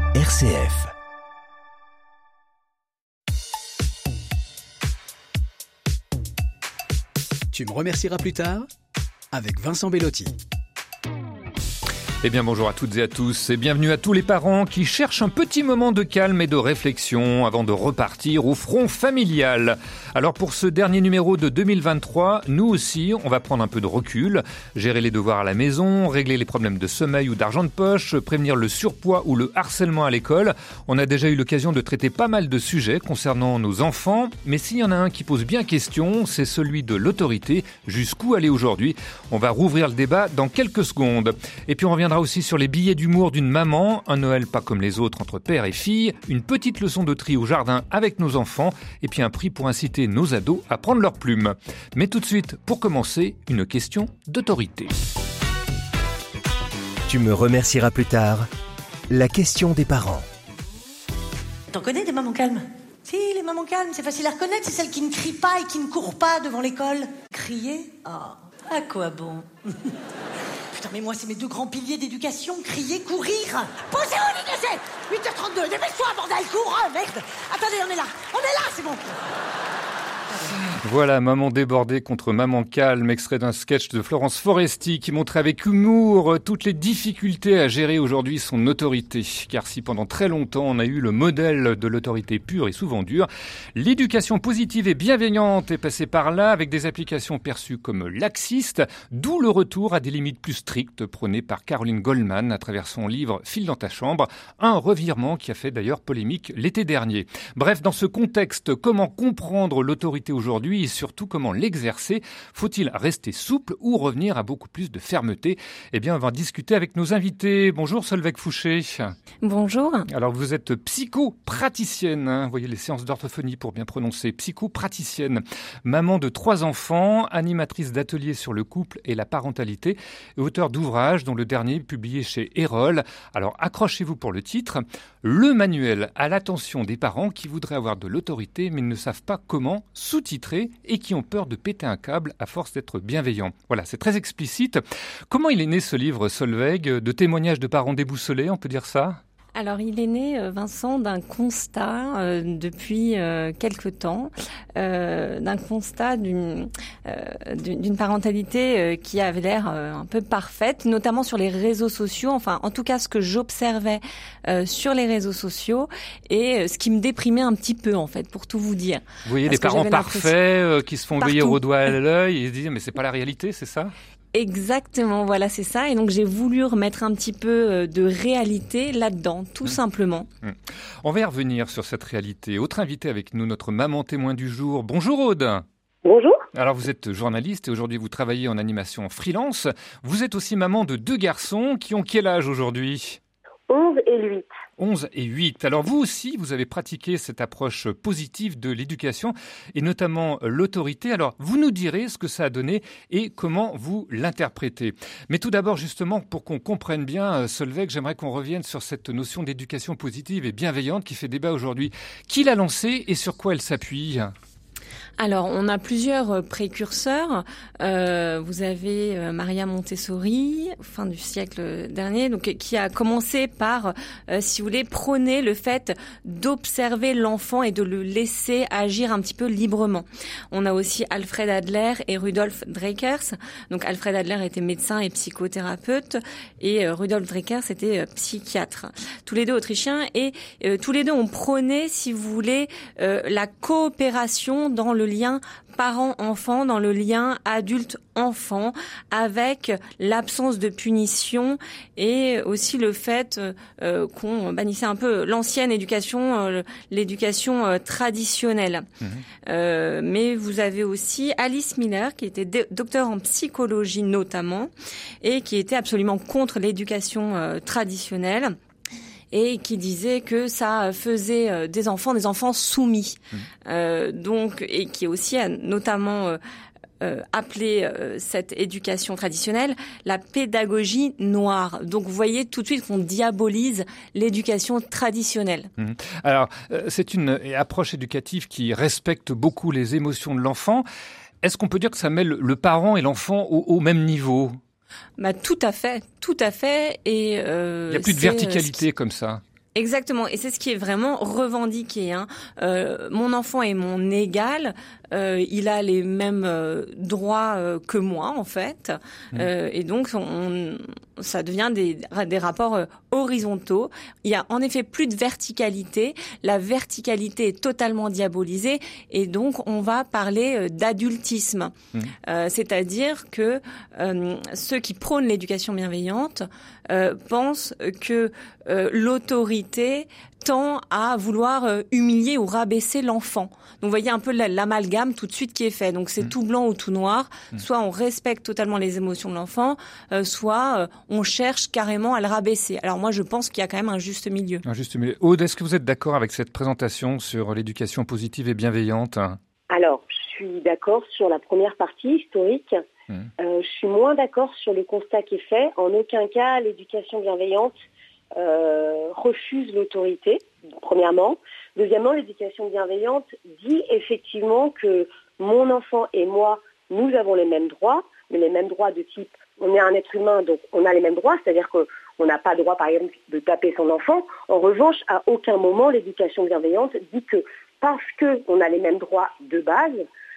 RCF. Tu me remercieras plus tard avec Vincent Bellotti. Eh bien bonjour à toutes et à tous et bienvenue à tous les parents qui cherchent un petit moment de calme et de réflexion avant de repartir au front familial. Alors pour ce dernier numéro de 2023, nous aussi on va prendre un peu de recul, gérer les devoirs à la maison, régler les problèmes de sommeil ou d'argent de poche, prévenir le surpoids ou le harcèlement à l'école. On a déjà eu l'occasion de traiter pas mal de sujets concernant nos enfants, mais s'il y en a un qui pose bien question, c'est celui de l'autorité. Jusqu'où aller aujourd'hui ? On va rouvrir le débat dans quelques secondes. Et puis on reviendra aussi sur les billets d'humour d'une maman, un Noël pas comme les autres entre père et fille, une petite leçon de tri au jardin avec nos enfants, et puis un prix pour inciter nos ados à prendre leurs plumes. Mais tout de suite, pour commencer, une question d'autorité. Tu me remercieras plus tard. La question des parents. T'en connais des mamans calmes ? Si, les mamans calmes, c'est facile à reconnaître, c'est celles qui ne crient pas et qui ne courent pas devant l'école. Crier ? Ah, à quoi bon ? Putain, mais moi, c'est mes deux grands piliers d'éducation, crier, courir. Posez-vous, les gazelles 8h32, dépêche-toi, bordel, cours, merde. Attendez, on est là, c'est bon. Voilà, maman débordée contre maman calme, extrait d'un sketch de Florence Foresti qui montrait avec humour toutes les difficultés à gérer aujourd'hui son autorité. Car si pendant très longtemps on a eu le modèle de l'autorité pure et souvent dure, l'éducation positive et bienveillante est passée par là avec des applications perçues comme laxistes, d'où le retour à des limites plus strictes prônées par Caroline Goldman à travers son livre File dans ta chambre, un revirement qui a fait d'ailleurs polémique l'été dernier. Bref, dans ce contexte, comment comprendre l'autorité aujourd'hui et surtout comment l'exercer ? Faut-il rester souple ou revenir à beaucoup plus de fermeté ? Eh bien, on va en discuter avec nos invités. Bonjour Solveig Fouché. Bonjour. Alors, vous êtes psychopraticienne, vous voyez les séances d'orthophonie pour bien prononcer, psychopraticienne, maman de 3 enfants, animatrice d'ateliers sur le couple et la parentalité, et auteur d'ouvrages dont le dernier publié chez Erol. Alors, accrochez-vous pour le titre, le manuel à l'attention des parents qui voudraient avoir de l'autorité mais ne savent pas comment, sous-titré et qui ont peur de péter un câble à force d'être bienveillants. Voilà, c'est très explicite. Comment il est né ce livre, Solveig, de témoignages de parents déboussolés, on peut dire ça ? Alors, il est né, Vincent, d'un constat depuis quelque temps, d'un constat d'une parentalité qui avait l'air un peu parfaite, notamment sur les réseaux sociaux, enfin, en tout cas, ce que j'observais sur les réseaux sociaux et ce qui me déprimait un petit peu, en fait, pour tout vous dire. Vous voyez des parents parfaits qui se font obéir au doigt à l'œil et se disent « mais c'est pas la réalité, c'est ça ?» Exactement, voilà, c'est ça. Et donc, j'ai voulu remettre un petit peu de réalité là-dedans, tout simplement. On va y revenir sur cette réalité. Autre invité avec nous, notre maman témoin du jour. Bonjour Aude. Bonjour. Alors, vous êtes journaliste et aujourd'hui, vous travaillez en animation freelance. Vous êtes aussi maman de 2 garçons qui ont quel âge aujourd'hui ? 11 et 8. 11 et 8. Alors vous aussi, vous avez pratiqué cette approche positive de l'éducation et notamment l'autorité. Alors vous nous direz ce que ça a donné et comment vous l'interprétez. Mais tout d'abord, justement, pour qu'on comprenne bien, Solveig, j'aimerais qu'on revienne sur cette notion d'éducation positive et bienveillante qui fait débat aujourd'hui. Qui l'a lancée et sur quoi elle s'appuie ? Alors, on a plusieurs précurseurs. Vous avez Maria Montessori, fin du siècle dernier, donc qui a commencé par, si vous voulez, prôner le fait d'observer l'enfant et de le laisser agir un petit peu librement. On a aussi Alfred Adler et Rudolf Dreikers. Donc, Alfred Adler était médecin et psychothérapeute et Rudolf Dreikers était psychiatre. Tous les deux autrichiens et tous les deux ont prôné, si vous voulez, la coopération dans le lien parent-enfant, dans le lien adulte-enfant, avec l'absence de punition et aussi le fait qu'on bannissait un peu l'ancienne éducation, l'éducation traditionnelle. Mais vous avez aussi Alice Miller, qui était docteur en psychologie notamment, et qui était absolument contre l'éducation traditionnelle. Et qui disait que ça faisait des enfants soumis. Donc, et qui aussi a notamment appelé cette éducation traditionnelle la pédagogie noire. Donc vous voyez tout de suite qu'on diabolise l'éducation traditionnelle. Alors, c'est une approche éducative qui respecte beaucoup les émotions de l'enfant. Est-ce qu'on peut dire que ça met le parent et l'enfant au même niveau ? Bah, tout à fait. Et il n'y a plus de verticalité comme ça. Exactement, et c'est ce qui est vraiment revendiqué. Mon enfant est mon égal, il a les mêmes droits que moi en fait, et donc ça devient des rapports horizontaux. Il y a en effet plus de verticalité, la verticalité est totalement diabolisée, et donc on va parler d'adultisme, c'est-à-dire que ceux qui prônent l'éducation bienveillante pensent que l'autorité tend à vouloir humilier ou rabaisser l'enfant. Donc vous voyez un peu l'amalgame tout de suite qui est fait. Donc c'est tout blanc ou tout noir. Soit on respecte totalement les émotions de l'enfant, soit on cherche carrément à le rabaisser. Alors moi je pense qu'il y a quand même un juste milieu. Un juste milieu. Aude, est-ce que vous êtes d'accord avec cette présentation sur l'éducation positive et bienveillante ? Alors, je suis d'accord sur la première partie historique. Je suis moins d'accord sur le constat qui est fait. En aucun cas, l'éducation bienveillante refuse l'autorité, premièrement. Deuxièmement, l'éducation bienveillante dit effectivement que mon enfant et moi, nous avons les mêmes droits, mais les mêmes droits de type, on est un être humain, donc on a les mêmes droits, c'est-à-dire qu'on n'a pas le droit, par exemple, de taper son enfant. En revanche, à aucun moment, l'éducation bienveillante dit que parce qu'on a les mêmes droits de base,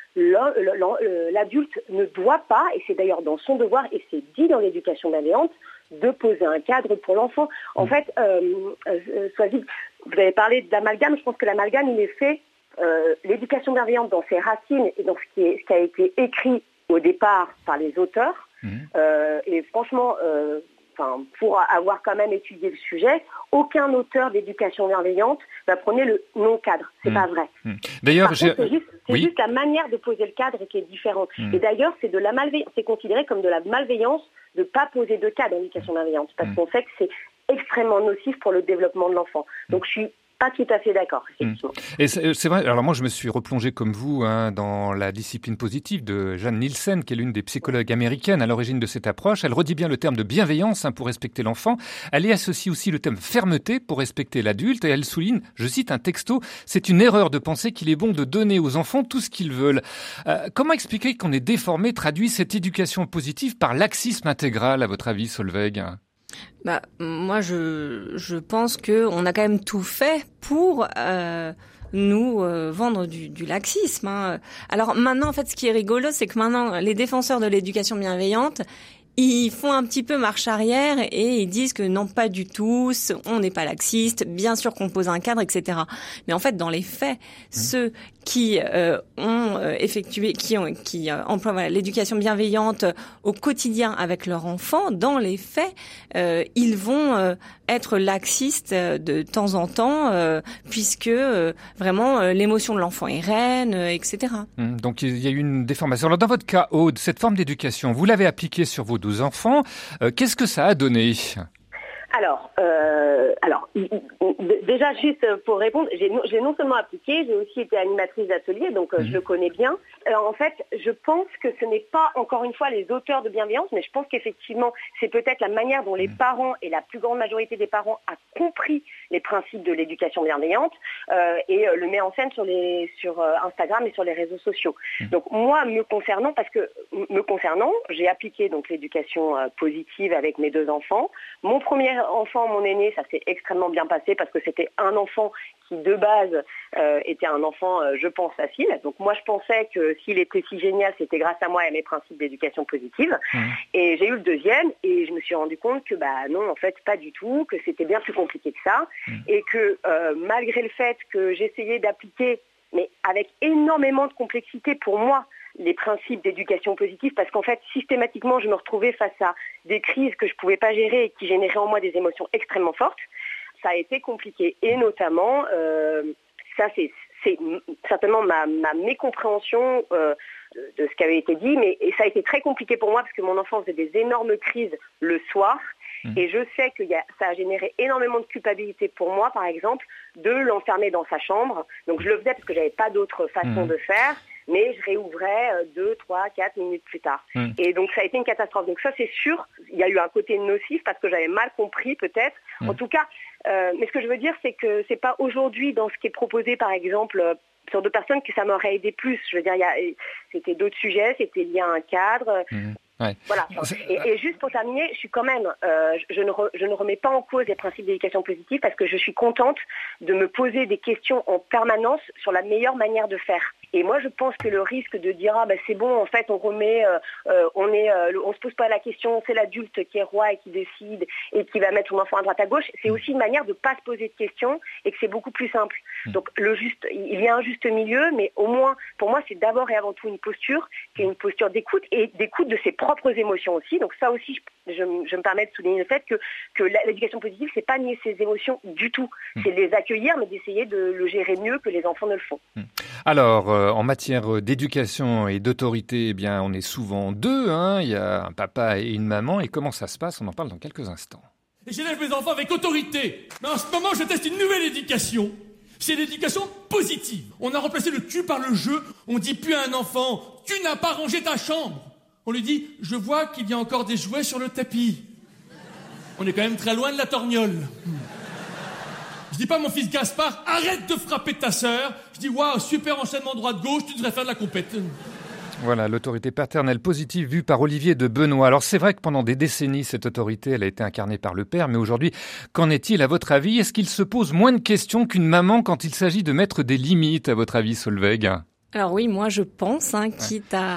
l'adulte ne doit pas, et c'est d'ailleurs dans son devoir, et c'est dit dans l'éducation bienveillante, de poser un cadre pour l'enfant. En fait, Swazid, vous avez parlé d'amalgame, je pense que l'amalgame, il est fait, l'éducation bienveillante dans ses racines et dans ce qui a été écrit au départ par les auteurs, et franchement, pour avoir quand même étudié le sujet, aucun auteur d'éducation bienveillante va prôner le non-cadre. C'est pas vrai. D'ailleurs, c'est juste la manière de poser le cadre qui est différente. Et d'ailleurs, c'est considéré comme de la malveillance de ne pas poser de cadre en éducation bienveillante, parce qu'on sait que c'est extrêmement nocif pour le développement de l'enfant. Donc je suis pas tout à fait d'accord, effectivement. Et c'est vrai, alors moi je me suis replongé comme vous dans la discipline positive de Jeanne Nielsen, qui est l'une des psychologues américaines à l'origine de cette approche. Elle redit bien le terme de bienveillance pour respecter l'enfant. Elle y associe aussi le terme fermeté pour respecter l'adulte, et elle souligne, je cite un texto, « C'est une erreur de penser qu'il est bon de donner aux enfants tout ce qu'ils veulent ». Comment expliquer qu'on ait déformé, traduit cette éducation positive par laxisme intégral, à votre avis, Solveig ? Moi, je pense que on a quand même tout fait pour nous vendre du laxisme. Alors maintenant, en fait, ce qui est rigolo, c'est que maintenant, les défenseurs de l'éducation bienveillante, ils font un petit peu marche arrière et ils disent que non, pas du tout, on n'est pas laxiste, bien sûr qu'on pose un cadre, etc. Mais en fait, dans les faits, ceux qui ont effectué, qui emploient l'éducation bienveillante au quotidien avec leur enfant, dans les faits, ils vont être laxistes de temps en temps, puisque vraiment l'émotion de l'enfant est reine, etc. Donc il y a eu une déformation. Alors dans votre cas, Aude, cette forme d'éducation, vous l'avez appliquée sur vos 12 enfants. Qu'est-ce que ça a donné ? Alors, déjà juste pour répondre, j'ai non seulement appliqué, j'ai aussi été animatrice d'atelier, donc je le connais bien. En fait, je pense que ce n'est pas, encore une fois, les auteurs de bienveillance, mais je pense qu'effectivement, c'est peut-être la manière dont les parents, et la plus grande majorité des parents, a compris les principes de l'éducation bienveillante et le met en scène sur Instagram et sur les réseaux sociaux. Donc moi, me concernant, j'ai appliqué donc l'éducation positive avec mes 2 enfants. Mon premier enfant, mon aîné, ça s'est extrêmement bien passé parce que c'était un enfant qui, de base, était un enfant, je pense, facile. Donc moi, je pensais que s'il était si génial, c'était grâce à moi et à mes principes d'éducation positive. Et j'ai eu le deuxième et je me suis rendu compte que non, en fait, pas du tout, que c'était bien plus compliqué que ça. Et que malgré le fait que j'essayais d'appliquer, mais avec énormément de complexité pour moi, les principes d'éducation positive, parce qu'en fait, systématiquement, je me retrouvais face à des crises que je ne pouvais pas gérer et qui généraient en moi des émotions extrêmement fortes. Ça a été compliqué. Et notamment, ça c'est certainement ma mécompréhension de ce qui avait été dit, mais ça a été très compliqué pour moi parce que mon enfant faisait des énormes crises le soir. Et je sais que ça a généré énormément de culpabilité pour moi, par exemple, de l'enfermer dans sa chambre. Donc je le faisais parce que je n'avais pas d'autre façon de faire, mais je réouvrais 2, 3, 4 minutes plus tard. Et donc ça a été une catastrophe. Donc ça c'est sûr, il y a eu un côté nocif parce que j'avais mal compris peut-être. En tout cas, mais ce que je veux dire c'est que c'est pas aujourd'hui dans ce qui est proposé par exemple sur 2 personnes que ça m'aurait aidé plus. Je veux dire, c'était d'autres sujets, c'était lié à un cadre. Ouais. Voilà. Et juste pour terminer, je suis quand même, je ne remets pas en cause les principes d'éducation positive parce que je suis contente de me poser des questions en permanence sur la meilleure manière de faire. Et moi, je pense que le risque de dire c'est bon, en fait, on remet, on se pose pas la question, c'est l'adulte qui est roi et qui décide et qui va mettre son enfant à droite à gauche. C'est aussi une manière de pas se poser de questions et que c'est beaucoup plus simple. Donc il y a un juste milieu, mais au moins, pour moi, c'est d'abord et avant tout une posture, qui est une posture d'écoute et d'écoute de ses propres émotions aussi. Donc ça aussi, je me permets de souligner le fait que l'éducation positive, c'est pas nier ses émotions du tout. C'est de les accueillir, mais d'essayer de le gérer mieux que les enfants ne le font. Alors, en matière d'éducation et d'autorité, eh bien, on est souvent deux. Il y a un papa et une maman. Et comment ça se passe ? On en parle dans quelques instants. Et j'élève mes enfants avec autorité. Mais en ce moment, je teste une nouvelle éducation. C'est l'éducation positive. On a remplacé le tu par le je. On dit plus à un enfant « Tu n'as pas rangé ta chambre ». On lui dit « Je vois qu'il y a encore des jouets sur le tapis ». On est quand même très loin de la torgnole. Je dis pas à mon fils Gaspard « Arrête de frapper ta sœur ». Je dis « Waouh, super enchaînement droite-gauche, tu devrais faire de la compète ». Voilà, l'autorité paternelle positive vue par Olivier de Benoît. Alors c'est vrai que pendant des décennies, cette autorité, elle a été incarnée par le père. Mais aujourd'hui, qu'en est-il à votre avis ? Est-ce qu'il se pose moins de questions qu'une maman quand il s'agit de mettre des limites, à votre avis, Solveig ? Alors oui, moi je pense, quitte à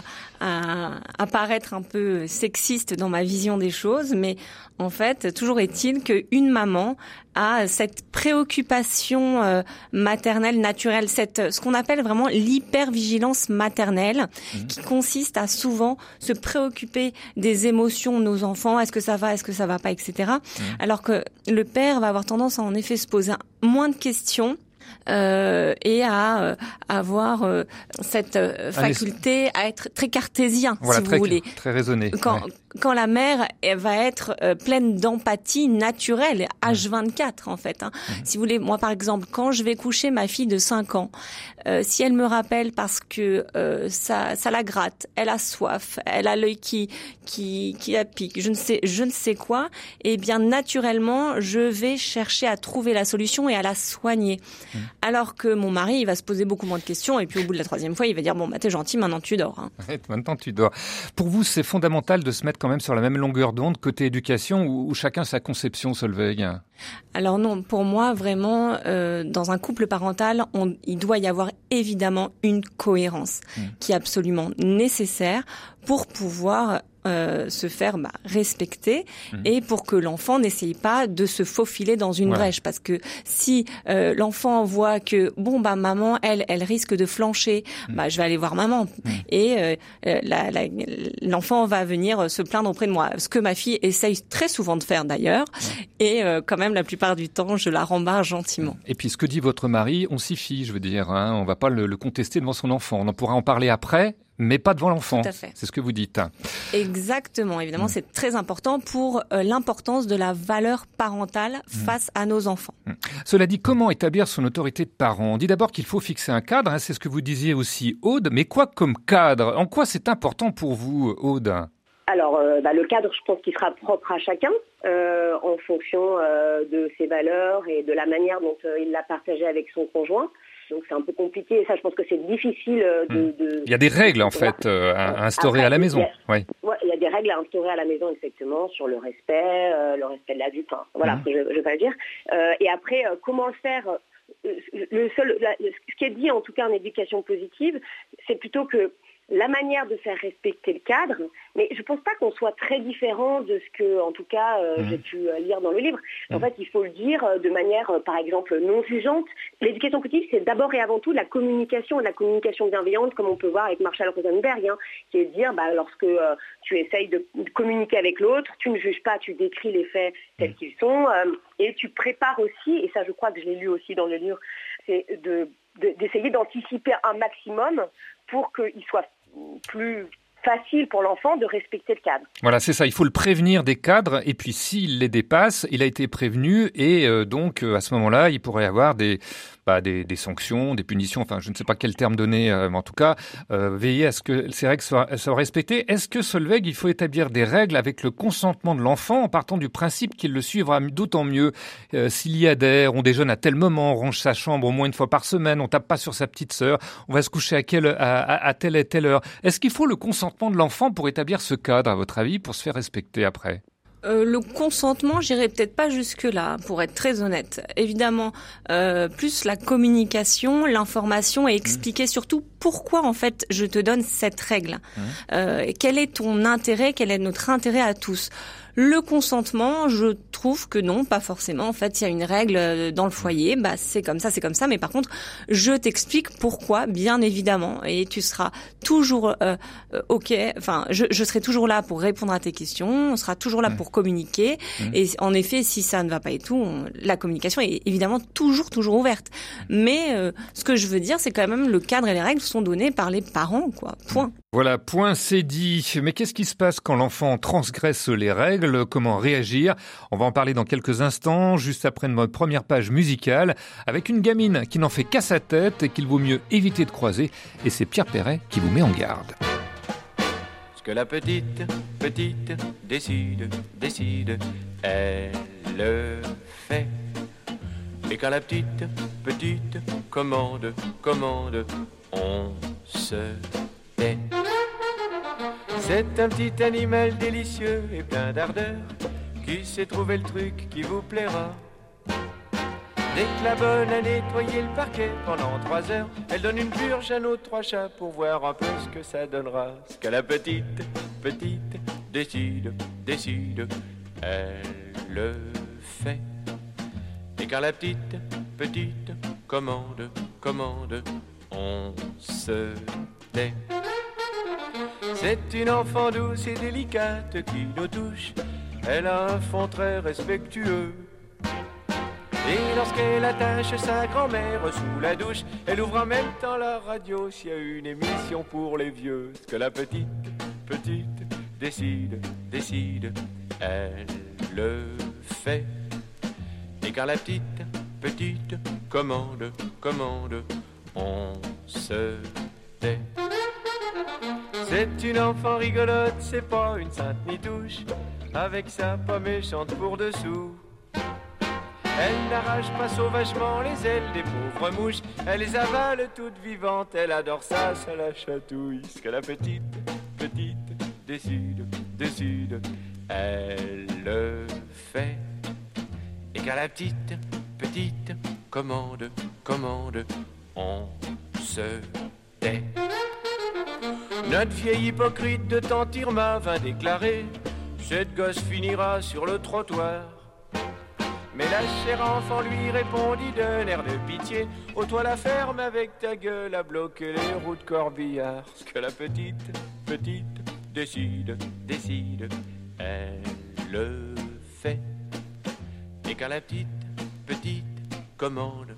paraître un peu sexiste dans ma vision des choses, mais en fait, toujours est-il qu'une maman a cette préoccupation maternelle naturelle, ce qu'on appelle vraiment l'hypervigilance maternelle, qui consiste à souvent se préoccuper des émotions de nos enfants, est-ce que ça va pas, etc. Alors que le père va avoir tendance à en effet se poser moins de questions, et à avoir cette faculté à être très cartésien, voilà, si vous voulez. Très raisonné. Quand la mère elle va être pleine d'empathie naturelle, H24 en fait. Si vous voulez, moi par exemple, quand je vais coucher ma fille de 5 ans, si elle me rappelle parce que ça la gratte, elle a soif, elle a l'œil qui la pique, je ne sais quoi, et bien naturellement, je vais chercher à trouver la solution et à la soigner. Alors que mon mari, il va se poser beaucoup moins de questions et puis au bout de la 3e fois, il va dire bon t'es gentil, maintenant tu dors. Maintenant tu dors. Pour vous, c'est fondamental de se mettre quand même sur la même longueur d'onde côté éducation ou chacun sa conception, Solveig ? Alors non, pour moi vraiment, dans un couple parental, il doit y avoir évidemment une cohérence qui est absolument nécessaire pour pouvoir se faire respecter et pour que l'enfant n'essaye pas de se faufiler dans une brèche, parce que si l'enfant voit que maman elle risque de flancher, je vais aller voir maman et l'enfant va venir se plaindre auprès de moi, ce que ma fille essaye très souvent de faire d'ailleurs, et quand même la plupart du temps je la rembarre gentiment. Et puis ce que dit votre mari, on s'y fie, je veux dire, on va pas le contester devant son enfant, on en pourra en parler après, mais pas devant l'enfant. Tout à fait. C'est ce que vous dites. Exactement. Évidemment, c'est très important pour l'importance de la valeur parentale face à nos enfants. Cela dit, comment établir son autorité de parent ? On dit d'abord qu'il faut fixer un cadre, c'est ce que vous disiez aussi, Aude. Mais quoi comme cadre ? En quoi c'est important pour vous, Aude ? Alors, le cadre, je pense qu'il sera propre à chacun en fonction de ses valeurs et de la manière dont il l'a partagé avec son conjoint. Donc c'est un peu compliqué, et ça je pense que c'est difficile de... Il y a des règles en fait à instaurer à la maison. Il y a des règles à instaurer à la maison effectivement sur le respect de l'adulte, après je vais pas le dire. Et après, comment le faire ce qui est dit en tout cas en éducation positive, c'est plutôt que la manière de faire respecter le cadre, mais je pense pas qu'on soit très différent de ce que, en tout cas, j'ai pu lire dans le livre. En fait, il faut le dire de manière, par exemple, non jugeante. L'éducation positive, c'est d'abord et avant tout la communication bienveillante, comme on peut voir avec Marshall Rosenberg, qui est de dire, lorsque tu essayes de communiquer avec l'autre, tu ne juges pas, tu décris les faits tels qu'ils sont, et tu prépares aussi, et ça je crois que je l'ai lu aussi dans le livre, c'est d'essayer d'anticiper un maximum pour qu'il soit plus facile pour l'enfant de respecter le cadre. Voilà, c'est ça. Il faut le prévenir des cadres et puis s'il les dépasse, il a été prévenu et donc à ce moment-là, il pourrait y avoir des sanctions, des punitions, enfin je ne sais pas quel terme donner, mais en tout cas, veiller à ce que ces règles soient respectées. Est-ce que, Solveig, il faut établir des règles avec le consentement de l'enfant en partant du principe qu'il le suivra d'autant mieux s'il y adhère, on déjeune à tel moment, on range sa chambre au moins une fois par semaine, on tape pas sur sa petite sœur, on va se coucher à telle et telle heure. Est-ce qu'il faut le consentement consentement de l'enfant pour établir ce cadre, à votre avis, pour se faire respecter après ? Le consentement, j'irai peut-être pas jusque-là, pour être très honnête. Évidemment, plus la communication, l'information et expliquer surtout pourquoi, en fait, je te donne cette règle. Quel est ton intérêt, quel est notre intérêt à tous ? Le consentement, je trouve que non, pas forcément. En fait, il y a une règle dans le foyer, c'est comme ça. Mais par contre, je t'explique pourquoi, bien évidemment. Et tu seras toujours OK. Enfin, je serai toujours là pour répondre à tes questions. On sera toujours là pour communiquer. Et en effet, si ça ne va pas et tout, la communication est évidemment toujours ouverte. Mais ce que je veux dire, c'est quand même le cadre et les règles sont donnés par les parents, quoi. Point. Voilà, point, c'est dit. Mais qu'est-ce qui se passe quand l'enfant transgresse les règles ? Comment réagir ? On va en parler dans quelques instants, juste après notre première page musicale, avec une gamine qui n'en fait qu'à sa tête et qu'il vaut mieux éviter de croiser. Et c'est Pierre Perret qui vous met en garde. Ce que la petite décide, elle le fait. Et quand la petite commande, on se tait. C'est un petit animal délicieux et plein d'ardeur qui sait trouver le truc qui vous plaira. Dès que la bonne a nettoyé le parquet pendant 3 heures, elle donne une purge à nos 3 chats pour voir un peu ce que ça donnera. Ce que la petite décide, elle le fait. Et quand la petite commande, on se tait. C'est une enfant douce et délicate qui nous touche. Elle a un fond très respectueux. Et lorsqu'elle attache sa grand-mère sous la douche, elle ouvre en même temps la radio s'il y a une émission pour les vieux. Ce que la petite décide, elle le fait. Et quand la petite commande, on se tait. C'est une enfant rigolote, c'est pas une sainte ni touche, avec sa pas méchante pour dessous. Elle n'arrache pas sauvagement les ailes des pauvres mouches, elle les avale toutes vivantes, elle adore ça la chatouille. Ce que la petite décide, elle le fait. Et quand la petite commande, on se tait. Notre vieille hypocrite de tante Irma vint déclarer: cette gosse finira sur le trottoir. Mais la chère enfant lui répondit d'un air de pitié: oh toi la ferme avec ta gueule à bloquer les roues de corbillard. Ce que la petite décide, elle le fait. Et quand la petite commande,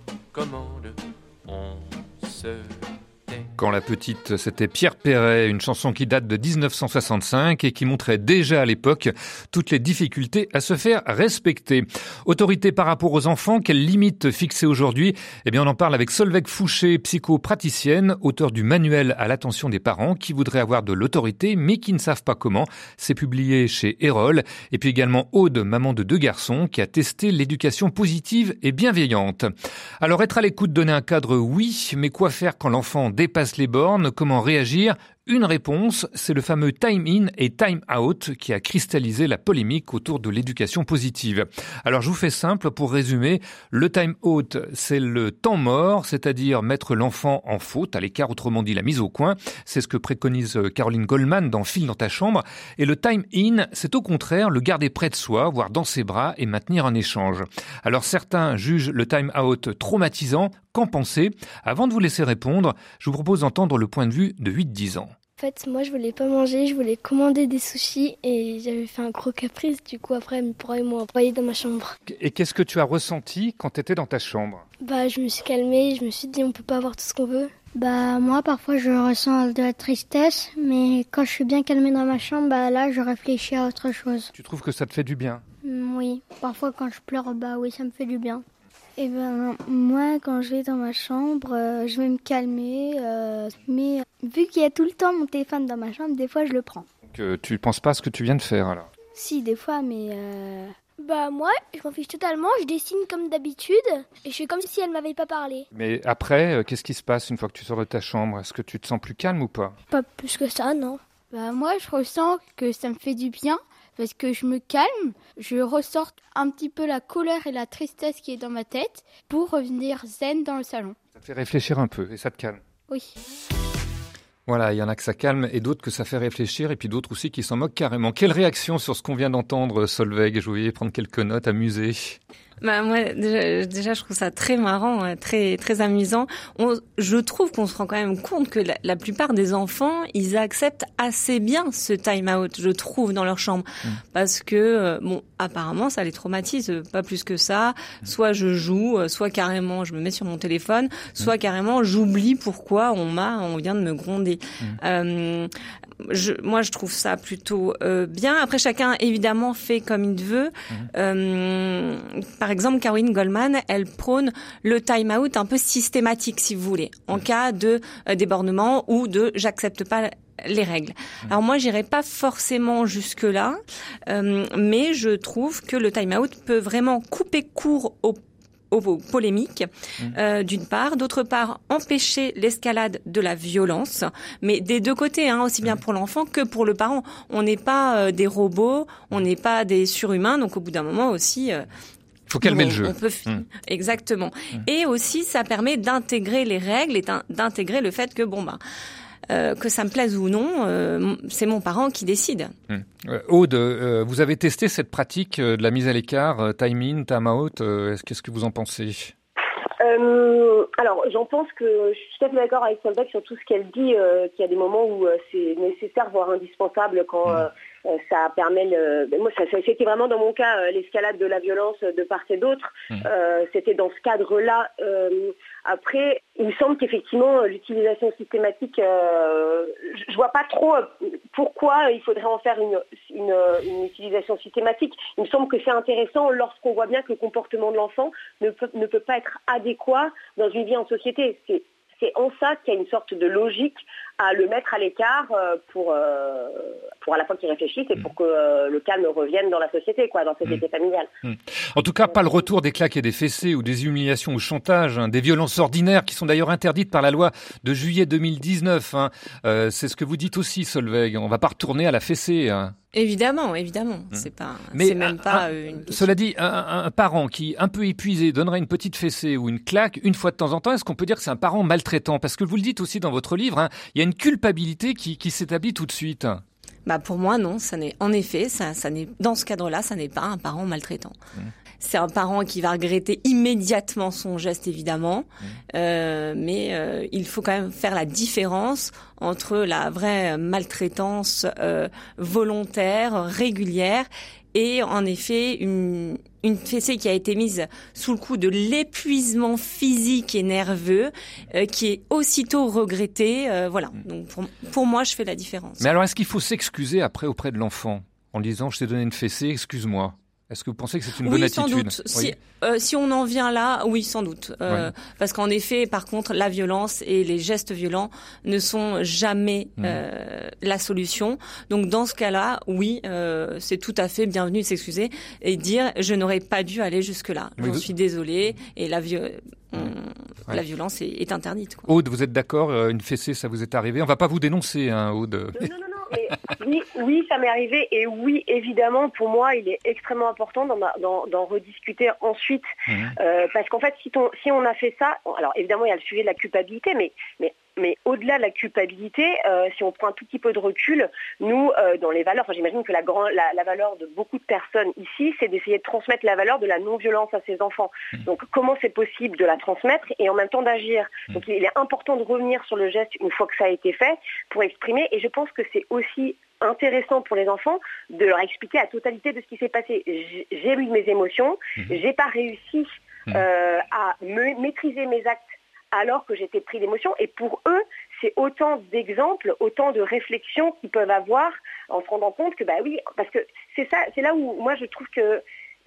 on se tait. Quand la petite, c'était Pierre Perret, une chanson qui date de 1965 et qui montrait déjà à l'époque toutes les difficultés à se faire respecter. Autorité par rapport aux enfants, quelles limites fixées aujourd'hui ? Eh bien, on en parle avec Solveig Fouché, psychopraticienne, auteure du manuel à l'attention des parents qui voudraient avoir de l'autorité mais qui ne savent pas comment. C'est publié chez Erol. Et puis également Aude, maman de 2 garçons, qui a testé l'éducation positive et bienveillante. Alors, être à l'écoute, donner un cadre, oui, mais quoi faire quand l'enfant dépasse les bornes, comment réagir ? Une réponse, c'est le fameux time in et time out qui a cristallisé la polémique autour de l'éducation positive. Alors je vous fais simple pour résumer, le time out, c'est le temps mort, c'est-à-dire mettre l'enfant en faute, à l'écart, autrement dit la mise au coin. C'est ce que préconise Caroline Goldman dans File dans ta chambre. Et le time in, c'est au contraire le garder près de soi, voire dans ses bras et maintenir un échange. Alors certains jugent le time out traumatisant. Qu'en pensez ? Avant de vous laisser répondre, je vous propose d'entendre le point de vue de 8-10 ans. En fait, moi, je voulais pas manger, je voulais commander des sushis et j'avais fait un gros caprice. Du coup, après, mes parents m'ont envoyé dans ma chambre. Et qu'est-ce que tu as ressenti quand tu étais dans ta chambre ? Je me suis calmée, je me suis dit on peut pas avoir tout ce qu'on veut. Moi, parfois, je ressens de la tristesse, mais quand je suis bien calmée dans ma chambre, là, je réfléchis à autre chose. Tu trouves que ça te fait du bien ? Oui, parfois quand je pleure, oui, ça me fait du bien. Moi, quand je vais dans ma chambre, je vais me calmer, mais vu qu'il y a tout le temps mon téléphone dans ma chambre, des fois je le prends. Donc, tu penses pas à ce que tu viens de faire alors ? Si, des fois, mais... Moi, je m'en fiche totalement, je dessine comme d'habitude, et je fais comme si elle m'avait pas parlé. Mais après, qu'est-ce qui se passe une fois que tu sors de ta chambre ? Est-ce que tu te sens plus calme ou pas ? Pas plus que ça, non. Moi, je ressens que ça me fait du bien parce que je me calme, je ressors un petit peu la colère et la tristesse qui est dans ma tête pour revenir zen dans le salon. Ça te fait réfléchir un peu et ça te calme. Oui. Voilà, il y en a que ça calme et d'autres que ça fait réfléchir et puis d'autres aussi qui s'en moquent carrément. Quelle réaction sur ce qu'on vient d'entendre, Solveig? Je voulais prendre quelques notes, amusées. Moi, déjà, je trouve ça très marrant, très très amusant. Je trouve qu'on se rend quand même compte que la plupart des enfants, ils acceptent assez bien ce time-out, je trouve, dans leur chambre, parce que apparemment, ça les traumatise pas plus que ça. Soit je joue, soit carrément je me mets sur mon téléphone, soit carrément j'oublie pourquoi on vient de me gronder. Moi, je trouve ça plutôt bien. Après, chacun évidemment fait comme il veut. Par exemple, Caroline Goldman, elle prône le time-out un peu systématique, si vous voulez, en cas de débordement ou de j'accepte pas les règles. Alors moi, j'irai pas forcément jusque-là, mais je trouve que le time-out peut vraiment couper court aux polémiques, d'une part. D'autre part, empêcher l'escalade de la violence, mais des deux côtés, aussi bien pour l'enfant que pour le parent. On n'est pas des robots, on n'est pas des surhumains, donc au bout d'un moment aussi... faut calmer le jeu. On peut exactement. Et aussi, ça permet d'intégrer les règles et d'intégrer le fait que que ça me plaise ou non, c'est mon parent qui décide. Aude, vous avez testé cette pratique de la mise à l'écart, time in, time out. Qu'est-ce que vous en pensez? Alors, j'en pense que je suis tout à fait d'accord avec Solveig sur tout ce qu'elle dit, qu'il y a des moments où c'est nécessaire, voire indispensable quand ça permet moi, c'était vraiment dans mon cas l'escalade de la violence de part et d'autre. C'était dans ce cadre-là. Après, il me semble qu'effectivement, l'utilisation systématique, je vois pas trop pourquoi il faudrait en faire une utilisation systématique. Il me semble que c'est intéressant lorsqu'on voit bien que le comportement de l'enfant ne peut pas être adéquat dans une vie en société. C'est en ça qu'il y a une sorte de logique à le mettre à l'écart pour à la fois qu'il réfléchisse et pour que le calme revienne dans la société, dans la société familiale. En tout cas, pas le retour des claques et des fessées ou des humiliations ou chantage, des violences ordinaires qui sont d'ailleurs interdites par la loi de juillet 2019. C'est ce que vous dites aussi, Solveig. On va pas retourner à la fessée. Évidemment. C'est même pas une question. Cela dit, un parent qui, un peu épuisé, donnerait une petite fessée ou une claque une fois de temps en temps, est-ce qu'on peut dire que c'est un parent maltraitant? Parce que vous le dites aussi dans votre livre, il y a une culpabilité qui s'établit tout de suite. Pour moi, non. Ça n'est, en effet, ça n'est, dans ce cadre-là, ça n'est pas un parent maltraitant. C'est un parent qui va regretter immédiatement son geste, évidemment, mais il faut quand même faire la différence entre la vraie maltraitance volontaire, régulière, et en effet une fessée qui a été mise sous le coup de l'épuisement physique et nerveux, qui est aussitôt regretté. Donc pour moi, je fais la différence. Mais alors, est-ce qu'il faut s'excuser après auprès de l'enfant en disant « je t'ai donné une fessée, excuse-moi » ? Est-ce que vous pensez que c'est une bonne attitude? Sans doute. Si on en vient là, oui, sans doute. Parce qu'en effet, par contre, la violence et les gestes violents ne sont jamais la solution. Donc, dans ce cas-là, oui, c'est tout à fait bienvenu de s'excuser et dire « je n'aurais pas dû aller jusque-là. J'en suis désolée » et la violence est interdite. Aude, vous êtes d'accord? Une fessée, ça vous est arrivé? On va pas vous dénoncer, Aude. Non. Mais oui, ça m'est arrivé et oui, évidemment, pour moi, il est extrêmement important d'en rediscuter ensuite, parce qu'en fait, si on a fait ça, alors évidemment, il y a le sujet de la culpabilité, mais au-delà de la culpabilité, si on prend un tout petit peu de recul, nous, dans les valeurs, j'imagine que la valeur de beaucoup de personnes ici, c'est d'essayer de transmettre la valeur de la non-violence à ses enfants. Donc, comment c'est possible de la transmettre et en même temps d'agir? Donc, il est important de revenir sur le geste une fois que ça a été fait pour exprimer, et je pense que c'est aussi intéressant pour les enfants de leur expliquer la totalité de ce qui s'est passé. J'ai eu mes émotions, j'ai pas réussi à maîtriser mes actes alors que j'étais pris d'émotion, et pour eux, c'est autant d'exemples, autant de réflexions qu'ils peuvent avoir en se rendant compte que oui, parce que c'est là où moi je trouve que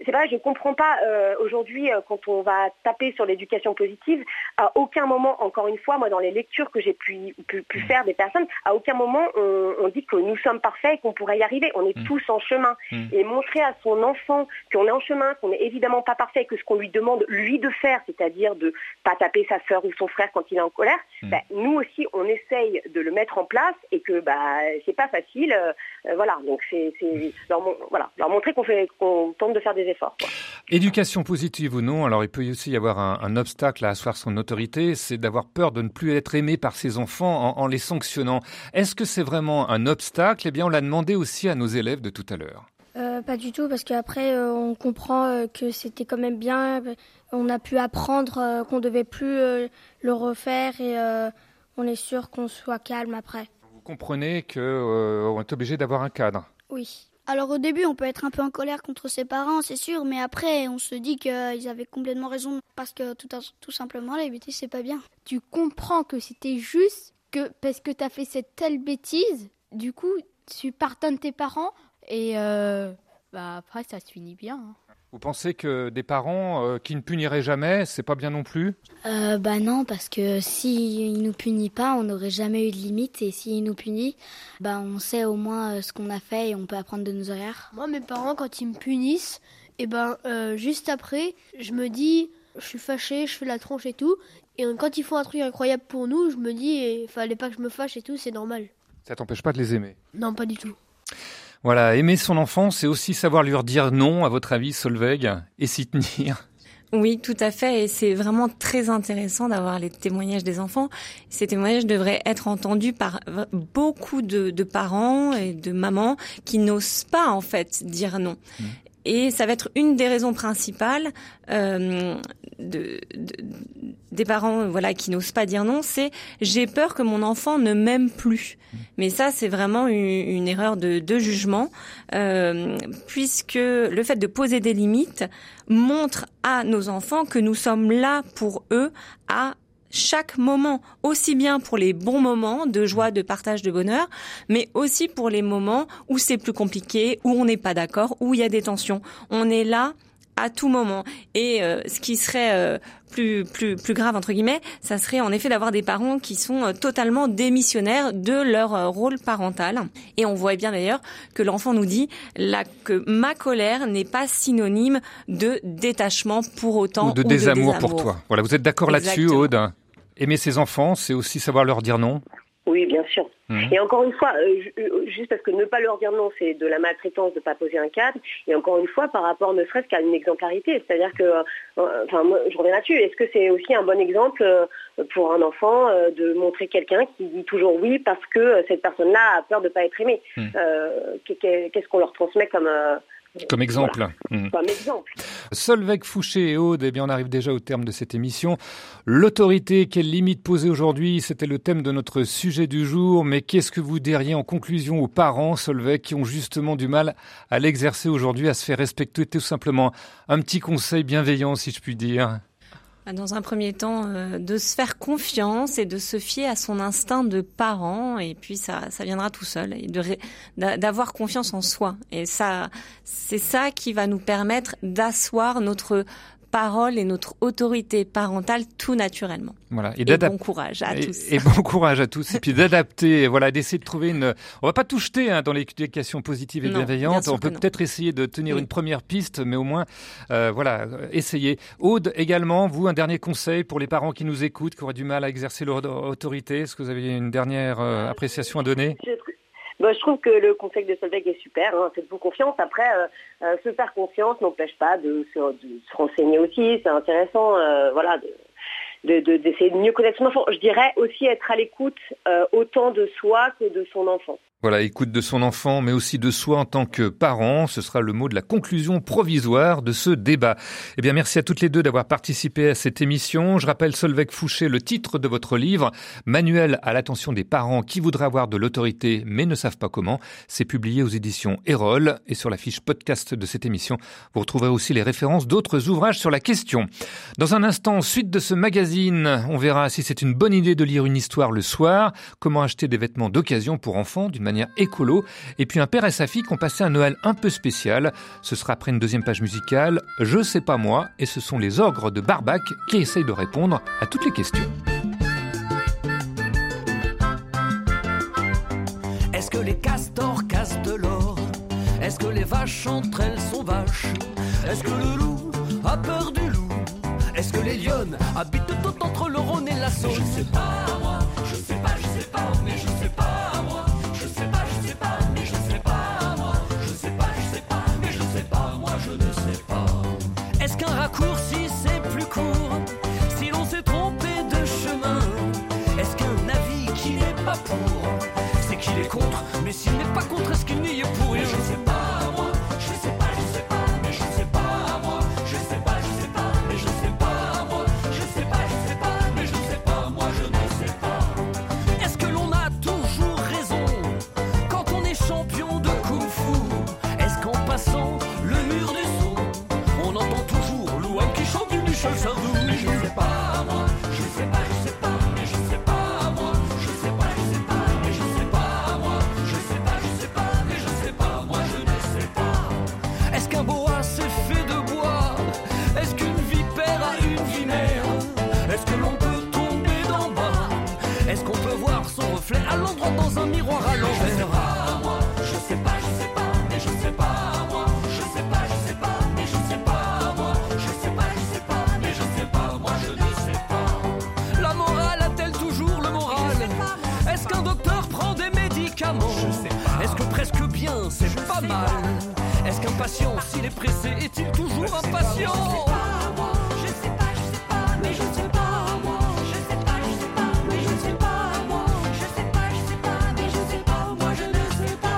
c'est vrai, je ne comprends pas aujourd'hui quand on va taper sur l'éducation positive, à aucun moment, encore une fois, moi dans les lectures que j'ai pu faire des personnes, à aucun moment on dit que nous sommes parfaits et qu'on pourrait y arriver. On est tous en chemin. Et montrer à son enfant qu'on est en chemin, qu'on n'est évidemment pas parfait, que ce qu'on lui demande lui de faire, c'est-à-dire de pas taper sa sœur ou son frère quand il est en colère, nous aussi on essaye de le mettre en place et que c'est pas facile. Voilà, donc c'est leur montrer qu'on tente de faire des efforts. Quoi. Éducation positive ou non, alors il peut aussi y avoir un obstacle à asseoir son autorité, c'est d'avoir peur de ne plus être aimé par ses enfants en les sanctionnant. Est-ce que c'est vraiment un obstacle ? Eh bien, on l'a demandé aussi à nos élèves de tout à l'heure. Pas du tout, parce qu'après, on comprend que c'était quand même bien. On a pu apprendre qu'on ne devait plus le refaire et on est sûr qu'on soit calme après. Vous comprenez qu'on est obligé d'avoir un cadre ? Oui. Alors au début, on peut être un peu en colère contre ses parents, c'est sûr, mais après, on se dit qu'ils avaient complètement raison parce que tout simplement, la bêtise, c'est pas bien. Tu comprends que c'était juste que parce que tu as fait cette telle bêtise, du coup, tu pardonnes tes parents et après, ça se finit bien. Vous pensez que des parents qui ne puniraient jamais, c'est pas bien non plus ? Non, parce que s'il nous punit pas, on n'aurait jamais eu de limite. Et s'il nous punit, on sait au moins ce qu'on a fait et on peut apprendre de nos erreurs. Moi, mes parents, quand ils me punissent, juste après, je me dis, je suis fâchée, je fais la tronche et tout. Et quand ils font un truc incroyable pour nous, je me dis, il fallait pas que je me fâche et tout, c'est normal. Ça t'empêche pas de les aimer ? Non, pas du tout. Voilà, aimer son enfant, c'est aussi savoir lui redire non, à votre avis, Solveig, et s'y tenir. Oui, tout à fait, et c'est vraiment très intéressant d'avoir les témoignages des enfants. Ces témoignages devraient être entendus par beaucoup de parents et de mamans qui n'osent pas, en fait, dire non. Et ça va être une des raisons principales des parents qui n'osent pas dire non, c'est j'ai peur que mon enfant ne m'aime plus. Mais ça, c'est vraiment une erreur de jugement, puisque le fait de poser des limites montre à nos enfants que nous sommes là pour eux à chaque moment, aussi bien pour les bons moments de joie, de partage, de bonheur, mais aussi pour les moments où c'est plus compliqué, où on n'est pas d'accord, où il y a des tensions. On est là à tout moment. Et ce qui serait plus grave, entre guillemets, ça serait en effet d'avoir des parents qui sont totalement démissionnaires de leur rôle parental. Et on voit bien d'ailleurs que l'enfant nous dit là que ma colère n'est pas synonyme de détachement pour autant ou de désamour pour toi. Voilà, vous êtes d'accord là-dessus, Aude ? Aimer ses enfants, c'est aussi savoir leur dire non ? Oui, bien sûr. Et encore une fois, juste parce que ne pas leur dire non, c'est de la maltraitance de ne pas poser un cadre. Et encore une fois, par rapport ne serait-ce qu'à une exemplarité. C'est-à-dire que, moi, je reviens là-dessus. Est-ce que c'est aussi un bon exemple pour un enfant de montrer quelqu'un qui dit toujours oui parce que cette personne-là a peur de ne pas être aimée Qu'est-ce qu'on leur transmet comme exemple. Voilà. Comme exemple. Solveig Fouché et Aude, on arrive déjà au terme de cette émission. L'autorité, quelles limites poser aujourd'hui ? C'était le thème de notre sujet du jour. Mais qu'est-ce que vous diriez en conclusion aux parents, Solveig, qui ont justement du mal à l'exercer aujourd'hui, à se faire respecter tout simplement ? Un petit conseil bienveillant, si je puis dire. Dans un premier temps, de se faire confiance et de se fier à son instinct de parent, et puis ça viendra tout seul, et d'avoir confiance en soi. Et ça, c'est ça qui va nous permettre d'asseoir notre parole et notre autorité parentale tout naturellement. Voilà. Et bon courage à tous. Et bon courage à tous. Et puis d'adapter, d'essayer de trouver on va pas tout jeter dans l'éducation positive et bienveillante. On peut peut-être essayer de tenir une première piste, mais au moins, essayer. Aude, également, vous, un dernier conseil pour les parents qui nous écoutent, qui auraient du mal à exercer leur autorité. Est-ce que vous avez une dernière appréciation à donner ? Je trouve que le conseil de Solveig est super, faites-vous confiance. Après, se faire confiance n'empêche pas de se renseigner aussi, c'est intéressant, d'essayer de mieux connaître son enfant. Je dirais aussi être à l'écoute autant de soi que de son enfant. Voilà, écoute de son enfant, mais aussi de soi en tant que parent. Ce sera le mot de la conclusion provisoire de ce débat. Eh bien, merci à toutes les deux d'avoir participé à cette émission. Je rappelle, Solveig Fouché, le titre de votre livre, Manuel à l'attention des parents qui voudraient avoir de l'autorité mais ne savent pas comment. C'est publié aux éditions Erol. Et sur la fiche podcast de cette émission, vous retrouverez aussi les références d'autres ouvrages sur la question. Dans un instant, suite de ce magazine, on verra si c'est une bonne idée de lire une histoire le soir, comment acheter des vêtements d'occasion pour enfants d'une manière écolo. Et puis un père et sa fille qui ont passé un Noël un peu spécial. Ce sera après une deuxième page musicale, Je sais pas moi, et ce sont les ogres de Barbac qui essayent de répondre à toutes les questions. Est-ce que les castors cassent de l'or? Est-ce que les vaches entre elles sont vaches? Est-ce que le loup a peur du loup? Est-ce que les lionnes habitent tout entre le Rhône et la Saône? Je sais pas moi, je sais pas, mais je sais pas moi. Je sais pas, mais je sais pas moi. Je sais pas, mais je sais pas moi, je ne sais pas. Est-ce qu'un raccourci c'est plus court si l'on s'est trompé de chemin? Est-ce qu'un avis qui n'est pas pour, c'est qu'il est contre? Mais s'il n'est pas contre, est-ce qu'il n'y est pour? Et je sais pas moi, je sais pas, mais je sais pas moi. Je sais pas, mais je sais pas moi. Je sais pas, mais je sais pas moi, je ne sais pas. Est-ce que l'on a toujours raison quand on est champion de kung-fu? Est-ce qu'en passant le mur du son, on entend toujours Louane qui chante du Michel Sardou? Mais je sais pas moi, je sais pas, mais je sais pas moi. Je sais pas, mais je sais pas moi. Je sais pas, mais je sais pas moi, je ne sais pas. Est-ce qu'un boa c'est fait de bois? Est-ce qu'une vipère a une vie mère? Est-ce que l'on peut tomber d'en bas? Est-ce qu'on peut voir son reflet à l'endroit dans un miroir à l'envers? Je sais pas, mais je sais pas moi. Je sais pas, mais je sais pas moi. Je sais pas, mais je sais pas moi, je ne sais pas. La morale a-t-elle toujours le moral? Est-ce qu'un docteur prend des médicaments? Est-ce que presque bien c'est pas mal? Est-ce qu'un patient, s'il est pressé, est-il toujours impatient? Je sais pas, mais je sais pas moi. Je sais pas, mais je sais pas moi. Je sais pas, mais je sais pas moi, je ne sais pas.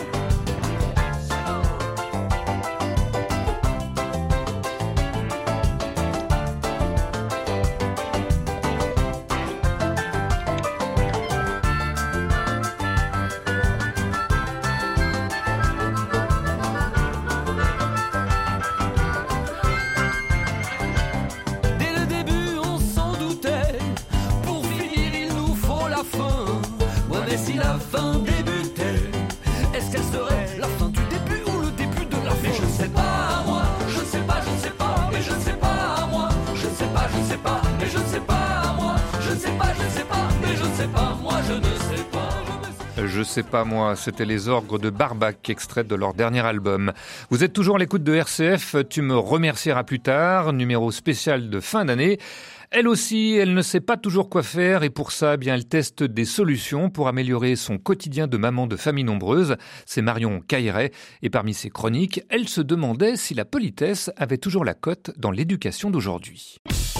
Dès le début, on s'en doutait. Pour finir, il nous faut la fin. Ouais, mais si la fin débutait, est-ce qu'elle serait la fin du début ou le début de la fin? Mais je sais pas moi, je sais pas, mais je sais pas moi. Je sais pas, mais je sais pas moi. Je sais pas, mais je sais pas moi, je ne sais pas. Je sais pas moi, c'était les ogres de Barbac, extrait de leur dernier album. Vous êtes toujours à l'écoute de RCF, tu me remercieras plus tard, numéro spécial de fin d'année. Elle aussi, elle ne sait pas toujours quoi faire et pour ça, bien, elle teste des solutions pour améliorer son quotidien de maman de famille nombreuse. C'est Marion Cailleret et parmi ses chroniques, elle se demandait si la politesse avait toujours la cote dans l'éducation d'aujourd'hui.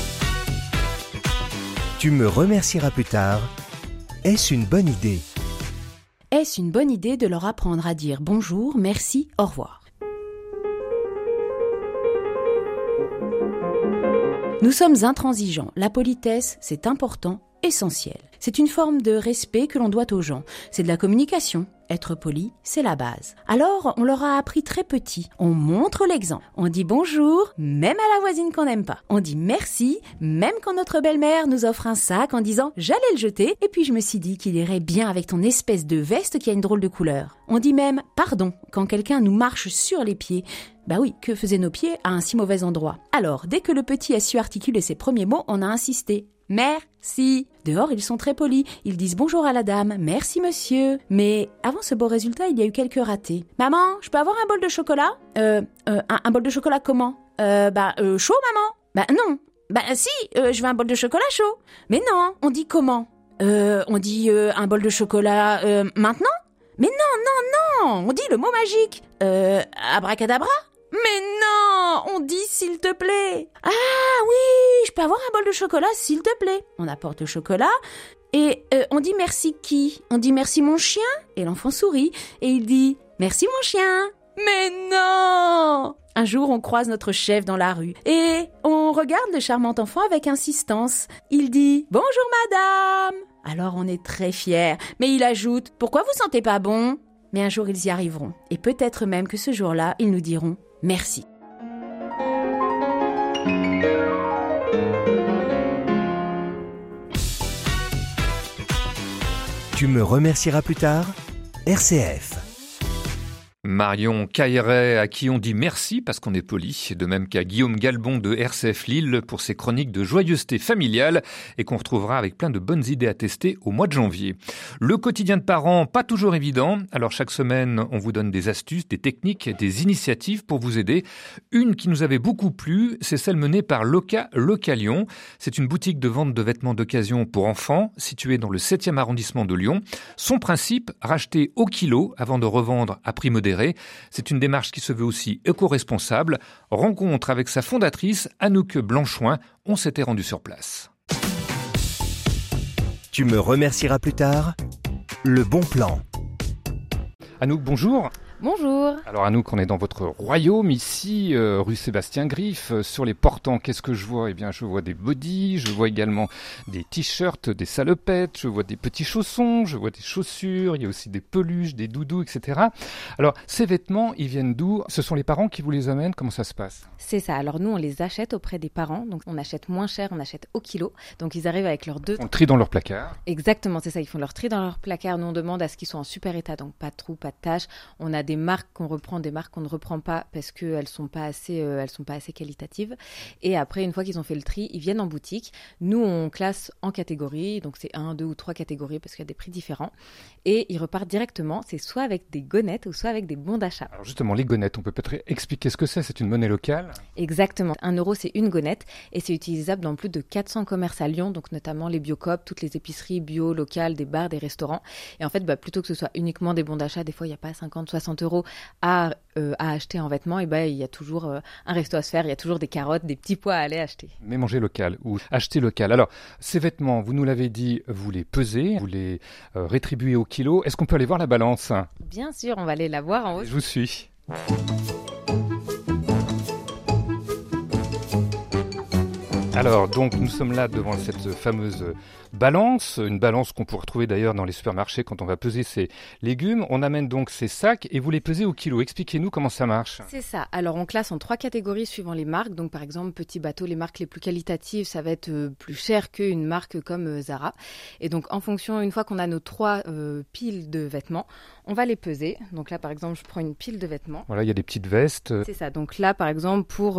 Tu me remercieras plus tard. Est-ce une bonne idée ? Est-ce une bonne idée de leur apprendre à dire bonjour, merci, au revoir ? Nous sommes intransigeants. La politesse, c'est important, essentiel. C'est une forme de respect que l'on doit aux gens. C'est de la communication. Être poli, c'est la base. Alors, on leur a appris très petit. On montre l'exemple. On dit bonjour, même à la voisine qu'on n'aime pas. On dit merci, même quand notre belle-mère nous offre un sac en disant « j'allais le jeter » et puis je me suis dit qu'il irait bien avec ton espèce de veste qui a une drôle de couleur. On dit même « pardon » quand quelqu'un nous marche sur les pieds. Bah oui, que faisaient nos pieds à un si mauvais endroit? Alors, dès que le petit a su articuler ses premiers mots, on a insisté. Merci. Dehors, ils sont très polis. Ils disent bonjour à la dame. Merci, monsieur. Mais avant ce beau résultat, il y a eu quelques ratés. Maman, je peux avoir un bol de chocolat? Un bol de chocolat comment? Chaud, maman? Bah non. Bah si, je veux un bol de chocolat chaud. Mais non, on dit comment? On dit un bol de chocolat maintenant? Mais non, on dit le mot magique. Abracadabra? Mais non, on dit s'il te plaît. Ah oui, je peux avoir un bol de chocolat s'il te plaît. On apporte le chocolat et on dit merci qui? On dit merci mon chien? Et l'enfant sourit et il dit merci mon chien. Mais non! Un jour, on croise notre chef dans la rue et on regarde le charmant enfant avec insistance. Il dit bonjour madame. Alors on est très fiers, mais il ajoute pourquoi vous sentez pas bon? Mais un jour ils y arriveront et peut-être même que ce jour-là, ils nous diront merci. Tu me remercieras plus tard ? RCF. Marion Cailleret, à qui on dit merci parce qu'on est poli, de même qu'à Guillaume Galbon de RCF Lille pour ses chroniques de joyeuseté familiale et qu'on retrouvera avec plein de bonnes idées à tester au mois de janvier. Le quotidien de parents, pas toujours évident, alors chaque semaine on vous donne des astuces, des techniques, des initiatives pour vous aider. Une qui nous avait beaucoup plu, c'est celle menée par Loca Localion. C'est une boutique de vente de vêtements d'occasion pour enfants située dans le 7e arrondissement de Lyon. Son principe, racheter au kilo avant de revendre à prix modéré. C'est une démarche qui se veut aussi éco-responsable. Rencontre avec sa fondatrice, Anouk Blanchouin. On s'était rendu sur place. Tu me remercieras plus tard. Le bon plan. Anouk, bonjour. Bonjour. Alors Anouk, on est dans votre royaume ici, rue Sébastien Griffe. Sur les portants, qu'est-ce que je vois ? Eh bien, je vois des bodys, je vois également des t-shirts, des salopettes, je vois des petits chaussons, je vois des chaussures, il y a aussi des peluches, des doudous, etc. Alors, ces vêtements, ils viennent d'où ? Ce sont les parents qui vous les amènent ? Comment ça se passe ? C'est ça. Alors nous, on les achète auprès des parents. Donc on achète moins cher, on achète au kilo. Donc ils arrivent avec leurs deux... On trie dans leur placard. Exactement, c'est ça. Ils font leur tri dans leur placard. Nous, on demande à ce qu'ils soient en super état. Donc pas de trous, pas de taches. On a des marques qu'on reprend, des marques qu'on ne reprend pas parce qu'elles sont pas assez qualitatives. Et après, une fois qu'ils ont fait le tri, ils viennent en boutique. Nous, on classe en catégories. Donc c'est 1, 2 ou 3 catégories parce qu'il y a des prix différents. Et ils repartent directement. C'est soit avec des gonettes ou soit avec des bons d'achat. Alors justement, les gonettes, on peut peut-être expliquer ce que c'est. C'est une monnaie locale. Exactement. 1 euro, c'est une gonette et c'est utilisable dans plus de 400 commerces à Lyon, donc notamment les Biocoop, toutes les épiceries bio, locales, des bars, des restaurants. Et en fait, plutôt que ce soit uniquement des bons d'achat, des fois, il n'y a pas 50, 60 euros à acheter en vêtements, et il y a toujours un resto à se faire, il y a toujours des carottes, des petits pois à aller acheter. Mais manger local ou acheter local. Alors, ces vêtements, vous nous l'avez dit, vous les pesez, vous les rétribuez au kilo. Est-ce qu'on peut aller voir la balance ? Bien sûr, on va aller la voir en haut. Je vous suis. Alors, donc, nous sommes là devant cette fameuse balance, une balance qu'on pourrait retrouver d'ailleurs dans les supermarchés quand on va peser ses légumes. On amène donc ces sacs et vous les pesez au kilo. Expliquez-nous comment ça marche. C'est ça. Alors, on classe en 3 catégories suivant les marques. Donc, par exemple, petit bateau, les marques les plus qualitatives, ça va être plus cher qu'une marque comme Zara. Et donc, en fonction, une fois qu'on a nos 3 piles de vêtements, on va les peser. Donc là, par exemple, je prends une pile de vêtements. Voilà, il y a des petites vestes. C'est ça. Donc là, par exemple, pour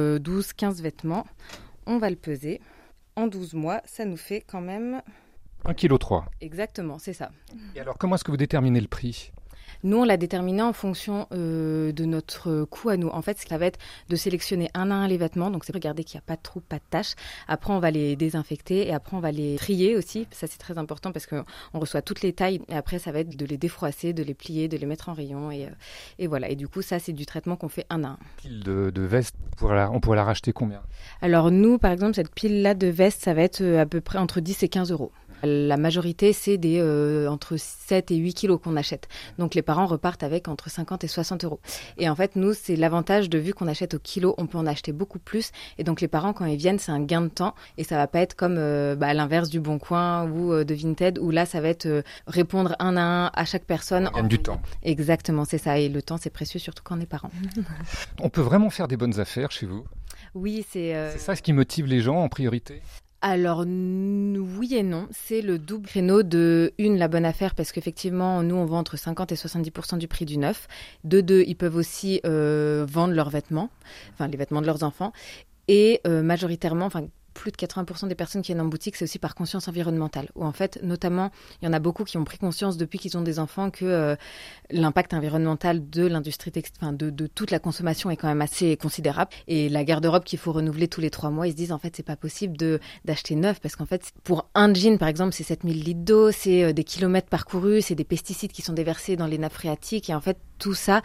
12-15 vêtements, on va le peser. En 12 mois, ça nous fait quand même... 1,3 kg. Exactement, c'est ça. Et alors, comment est-ce que vous déterminez le prix ? Nous, on l'a déterminé en fonction de notre coût à nous. En fait, ce qui va être de sélectionner un à un les vêtements. Donc, c'est regarder qu'il n'y a pas de trous, pas de taches. Après, on va les désinfecter et après, on va les trier aussi. Ça, c'est très important parce qu'on reçoit toutes les tailles. Et après, ça va être de les défroisser, de les plier, de les mettre en rayon. Et voilà. Et du coup, ça, c'est du traitement qu'on fait un à un. Pile de veste, on pourrait la racheter combien ? Alors, nous, par exemple, cette pile-là de veste, ça va être à peu près entre 10 et 15 euros. La majorité, c'est des entre 7 et 8 kilos qu'on achète. Donc, les parents repartent avec entre 50 et 60 euros. Et en fait, nous, c'est l'avantage de vu qu'on achète au kilo, on peut en acheter beaucoup plus. Et donc, les parents, quand ils viennent, c'est un gain de temps. Et ça va pas être comme à l'inverse du Bon Coin ou de Vinted, où là, ça va être répondre un à un à chaque personne. On gagne du temps. Exactement, c'est ça. Et le temps, c'est précieux, surtout quand on est parents. On peut vraiment faire des bonnes affaires chez vous ? Oui, c'est... C'est ça ce qui motive les gens en priorité ? Alors oui et non, c'est le double créneau de la bonne affaire parce qu'effectivement nous on vend entre 50 et 70% du prix du neuf. De 2, ils peuvent aussi vendre leurs vêtements, enfin les vêtements de leurs enfants et majoritairement, plus de 80% des personnes qui viennent en boutique, c'est aussi par conscience environnementale. Où en fait, notamment, il y en a beaucoup qui ont pris conscience depuis qu'ils ont des enfants que l'impact environnemental de l'industrie textile, de toute la consommation est quand même assez considérable. Et la garde-robe qu'il faut renouveler tous les 3 mois, ils se disent en fait, c'est pas possible d'acheter neuf parce qu'en fait, pour un jean par exemple, c'est 7000 litres d'eau, c'est des kilomètres parcourus, c'est des pesticides qui sont déversés dans les nappes phréatiques et en fait, tout ça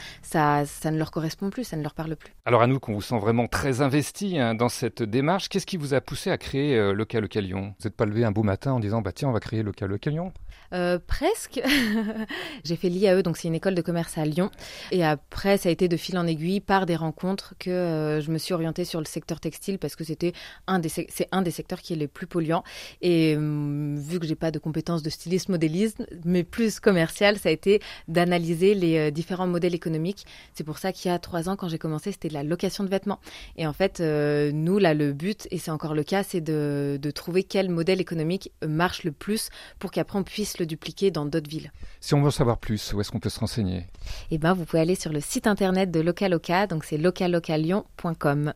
ne leur correspond plus, ça ne leur parle plus. Alors Anouk, on vous sent vraiment très investi dans cette démarche. Qu'est-ce qui vous a poussé à créer Loca Localion ? Vous n'êtes pas levé un beau matin en disant tiens, on va créer Loca Localion ? Presque. J'ai fait l'IAE, donc c'est une école de commerce à Lyon. Et après, ça a été de fil en aiguille par des rencontres que je me suis orientée sur le secteur textile parce que c'est un des secteurs qui est les plus polluants. Et vu que j'ai pas de compétences de styliste modélisme, mais plus commercial, ça a été d'analyser les différents modèles économiques. C'est pour ça qu'il y a 3 ans, quand j'ai commencé, c'était de la location de vêtements. Et en fait, nous, là, le but, et c'est encore le cas, c'est de trouver quel modèle économique marche le plus pour qu'après on puisse puisse le dupliquer dans d'autres villes. Si on veut en savoir plus, où est-ce qu'on peut se renseigner ? Eh ben, vous pouvez aller sur le site internet de Localoca, donc c'est localocalion.com.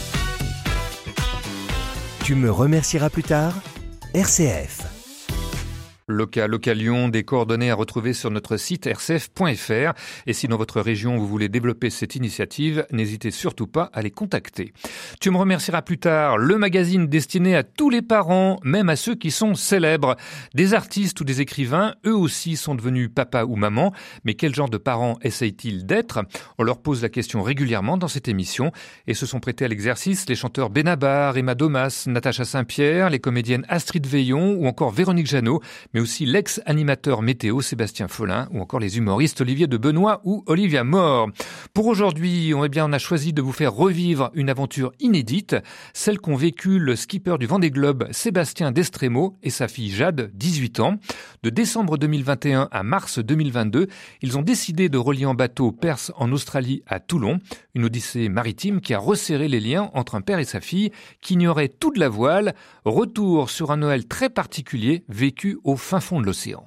Tu me remercieras plus tard, RCF. Local Lyon, des coordonnées à retrouver sur notre site rcf.fr. Et si dans votre région vous voulez développer cette initiative, n'hésitez surtout pas à les contacter. Tu me remercieras plus tard, le magazine destiné à tous les parents, même à ceux qui sont célèbres. Des artistes ou des écrivains, eux aussi sont devenus papa ou maman. Mais quel genre de parents essayent-ils d'être ? On leur pose la question régulièrement dans cette émission. Et se sont prêtés à l'exercice les chanteurs Benabar, Emma Domas, Natacha Saint-Pierre, les comédiennes Astrid Veillon ou encore Véronique Jeannot, mais aussi l'ex-animateur météo Sébastien Follin ou encore les humoristes Olivier de Benoît ou Olivia Mor. Pour aujourd'hui, on a choisi de vous faire revivre une aventure inédite, celle qu'ont vécue le skipper du Vendée Globe Sébastien Destremo et sa fille Jade, 18 ans. De décembre 2021 à mars 2022, ils ont décidé de relier en bateau Perth en Australie à Toulon, une odyssée maritime qui a resserré les liens entre un père et sa fille qui ignoraient tout de la voile. Retour sur un Noël très particulier vécu au fin fond de l'océan.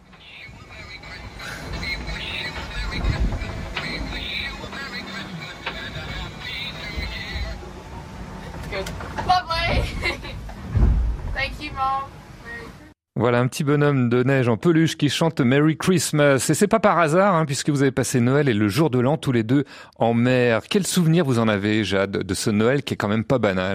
Voilà un petit bonhomme de neige en peluche qui chante Merry Christmas. Et c'est pas par hasard, puisque vous avez passé Noël et le jour de l'an tous les deux en mer. Quel souvenir vous en avez, Jade, de ce Noël qui est quand même pas banal ?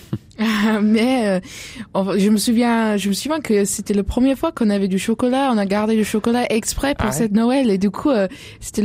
Mais je me souviens que c'était la première fois qu'on avait du chocolat. On a gardé du chocolat exprès pour cette Noël et du coup c'était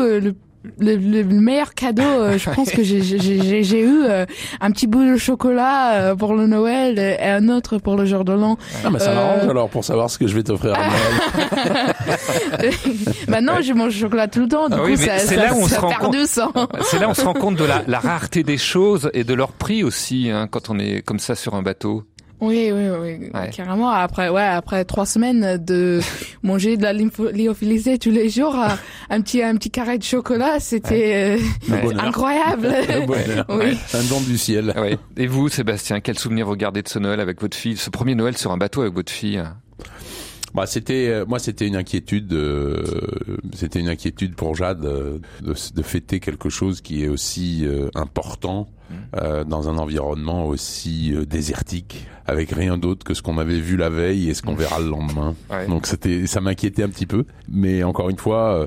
le meilleur cadeau. Je pense que j'ai eu un petit bout de chocolat pour le Noël et un autre pour le jour de l'an. Ah mais ça m'arrange alors pour savoir ce que je vais t'offrir à Noël. Maintenant je mange du chocolat tout le temps. Du coup c'est là où on se rend compte de la rareté des choses et de leur prix aussi quand on est comme ça sur un bateau. Oui, carrément. Après 3 semaines de manger de la lyophilisée tous les jours, un petit carré de chocolat, c'était incroyable. Oui. Un don du ciel. Ouais. Et vous, Sébastien, quel souvenir vous gardez de ce Noël avec votre fille, ce premier Noël sur un bateau avec votre fille ? C'était une inquiétude. C'était une inquiétude pour Jade de fêter quelque chose qui est aussi important dans un environnement aussi désertique, avec rien d'autre que ce qu'on avait vu la veille et ce qu'on verra le lendemain. Ouais. Donc ça m'inquiétait un petit peu. Mais encore une fois,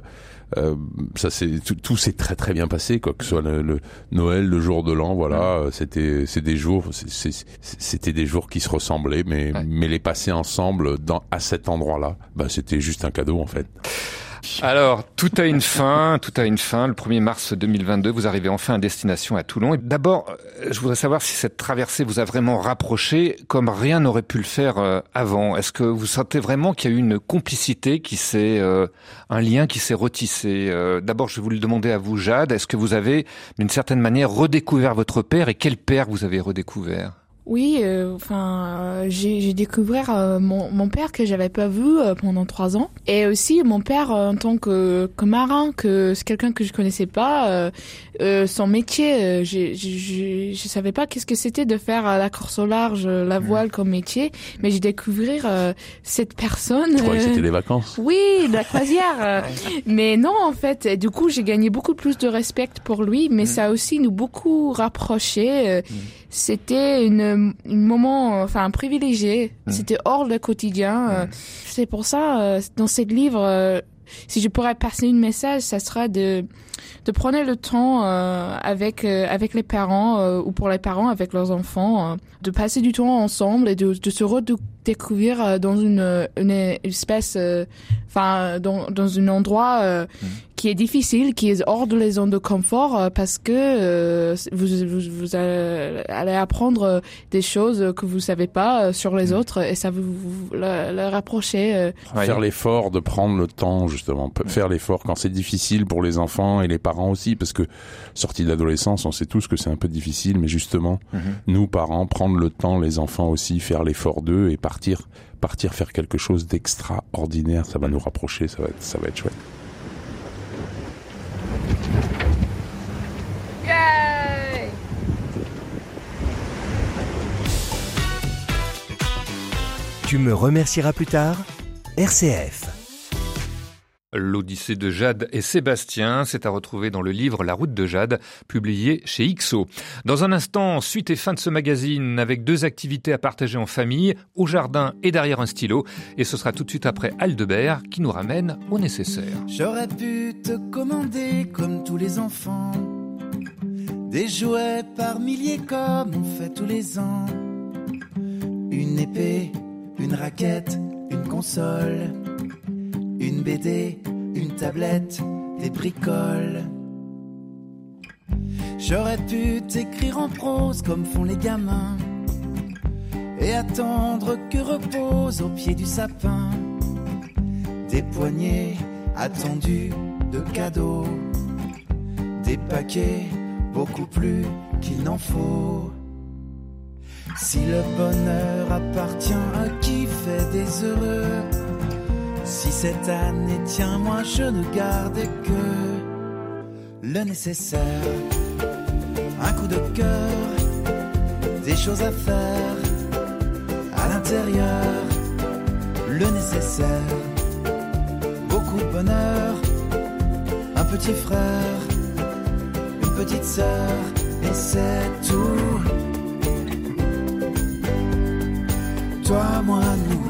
tout s'est très très bien passé, quoi que ce soit le Noël, le jour de l'an, voilà. C'était des jours qui se ressemblaient, mais les passer ensemble à cet endroit-là, c'était juste un cadeau en fait. Alors, tout a une fin. Le 1er mars 2022, vous arrivez enfin à destination à Toulon. Et d'abord, je voudrais savoir si cette traversée vous a vraiment rapproché comme rien n'aurait pu le faire avant. Est-ce que vous sentez vraiment qu'il y a eu une complicité un lien qui s'est retissé ? D'abord, je vais vous le demander à vous, Jade. Est-ce que vous avez, d'une certaine manière, redécouvert votre père et quel père vous avez redécouvert ? Oui, j'ai découvert mon père que j'avais pas vu pendant 3 ans, et aussi mon père en tant que marin, que c'est quelqu'un que je connaissais pas. Son métier, je savais pas qu'est-ce que c'était de faire la course au large, la voile comme métier, mais j'ai découvert cette personne. Je croyais que c'était les vacances. Oui, la croisière. Mais non, en fait, et du coup j'ai gagné beaucoup plus de respect pour lui, mais ça a aussi nous beaucoup rapproché. C'était un privilégié. C'était hors le quotidien. C'est pour ça, dans ce livre, si je pourrais passer un message, ça serait de prendre le temps avec les parents ou pour les parents avec leurs enfants, de passer du temps ensemble et de se redécouvrir dans une espèce, dans un endroit qui est difficile, qui est hors de les zones de confort, parce que vous allez apprendre des choses que vous savez pas sur les autres, et ça vous le rapprocher. Faire l'effort de prendre le temps, justement, faire l'effort quand c'est difficile pour les enfants et les parents aussi, parce que sortis de l'adolescence, on sait tous que c'est un peu difficile, mais justement, nous parents, prendre le temps, les enfants aussi, faire l'effort d'eux et partir faire quelque chose d'extraordinaire, ça va nous rapprocher, ça va être chouette. Yay! Tu me remercieras plus tard, RCF. L'Odyssée de Jade et Sébastien, c'est à retrouver dans le livre La route de Jade, publié chez IXO. Dans un instant, suite et fin de ce magazine avec 2 activités à partager en famille, au jardin et derrière un stylo. Et ce sera tout de suite après Aldebert qui nous ramène au nécessaire. J'aurais pu te commander comme tous les enfants, des jouets par milliers comme on fait tous les ans. Une épée, une raquette, une console, une BD, une tablette, des bricoles. J'aurais pu t'écrire en prose comme font les gamins et attendre que repose au pied du sapin des poignées attendues de cadeaux, des paquets beaucoup plus qu'il n'en faut. Si le bonheur appartient à qui fait des heureux, si cette année tient, moi je ne gardais que le nécessaire. Un coup de cœur, des choses à faire à l'intérieur, le nécessaire. Beaucoup de bonheur, un petit frère, une petite sœur, et c'est tout. Toi, moi, nous.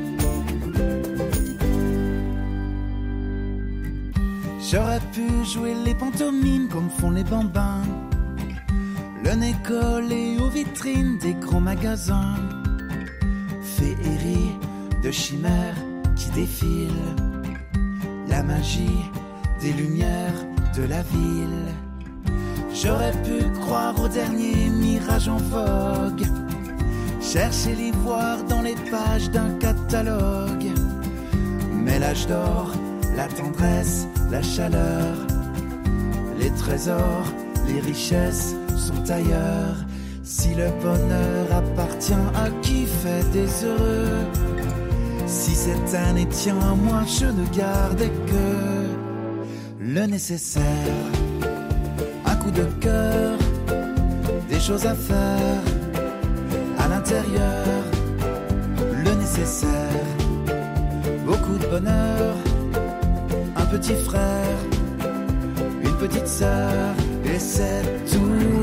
J'aurais pu jouer les pantomimes comme font les bambins, le nez collé aux vitrines des gros magasins, féerie de chimères qui défilent, la magie des lumières de la ville. J'aurais pu croire au dernier mirage en vogue, chercher l'ivoire dans les pages d'un catalogue, mais l'âge d'or, la tendresse, la chaleur, les trésors, les richesses sont ailleurs. Si le bonheur appartient à qui fait des heureux, si cette année tient à moi, je ne gardais que le nécessaire. Un coup de cœur, des choses à faire à l'intérieur, le nécessaire. Beaucoup de bonheur, un petit frère, une petite sœur, et c'est tout.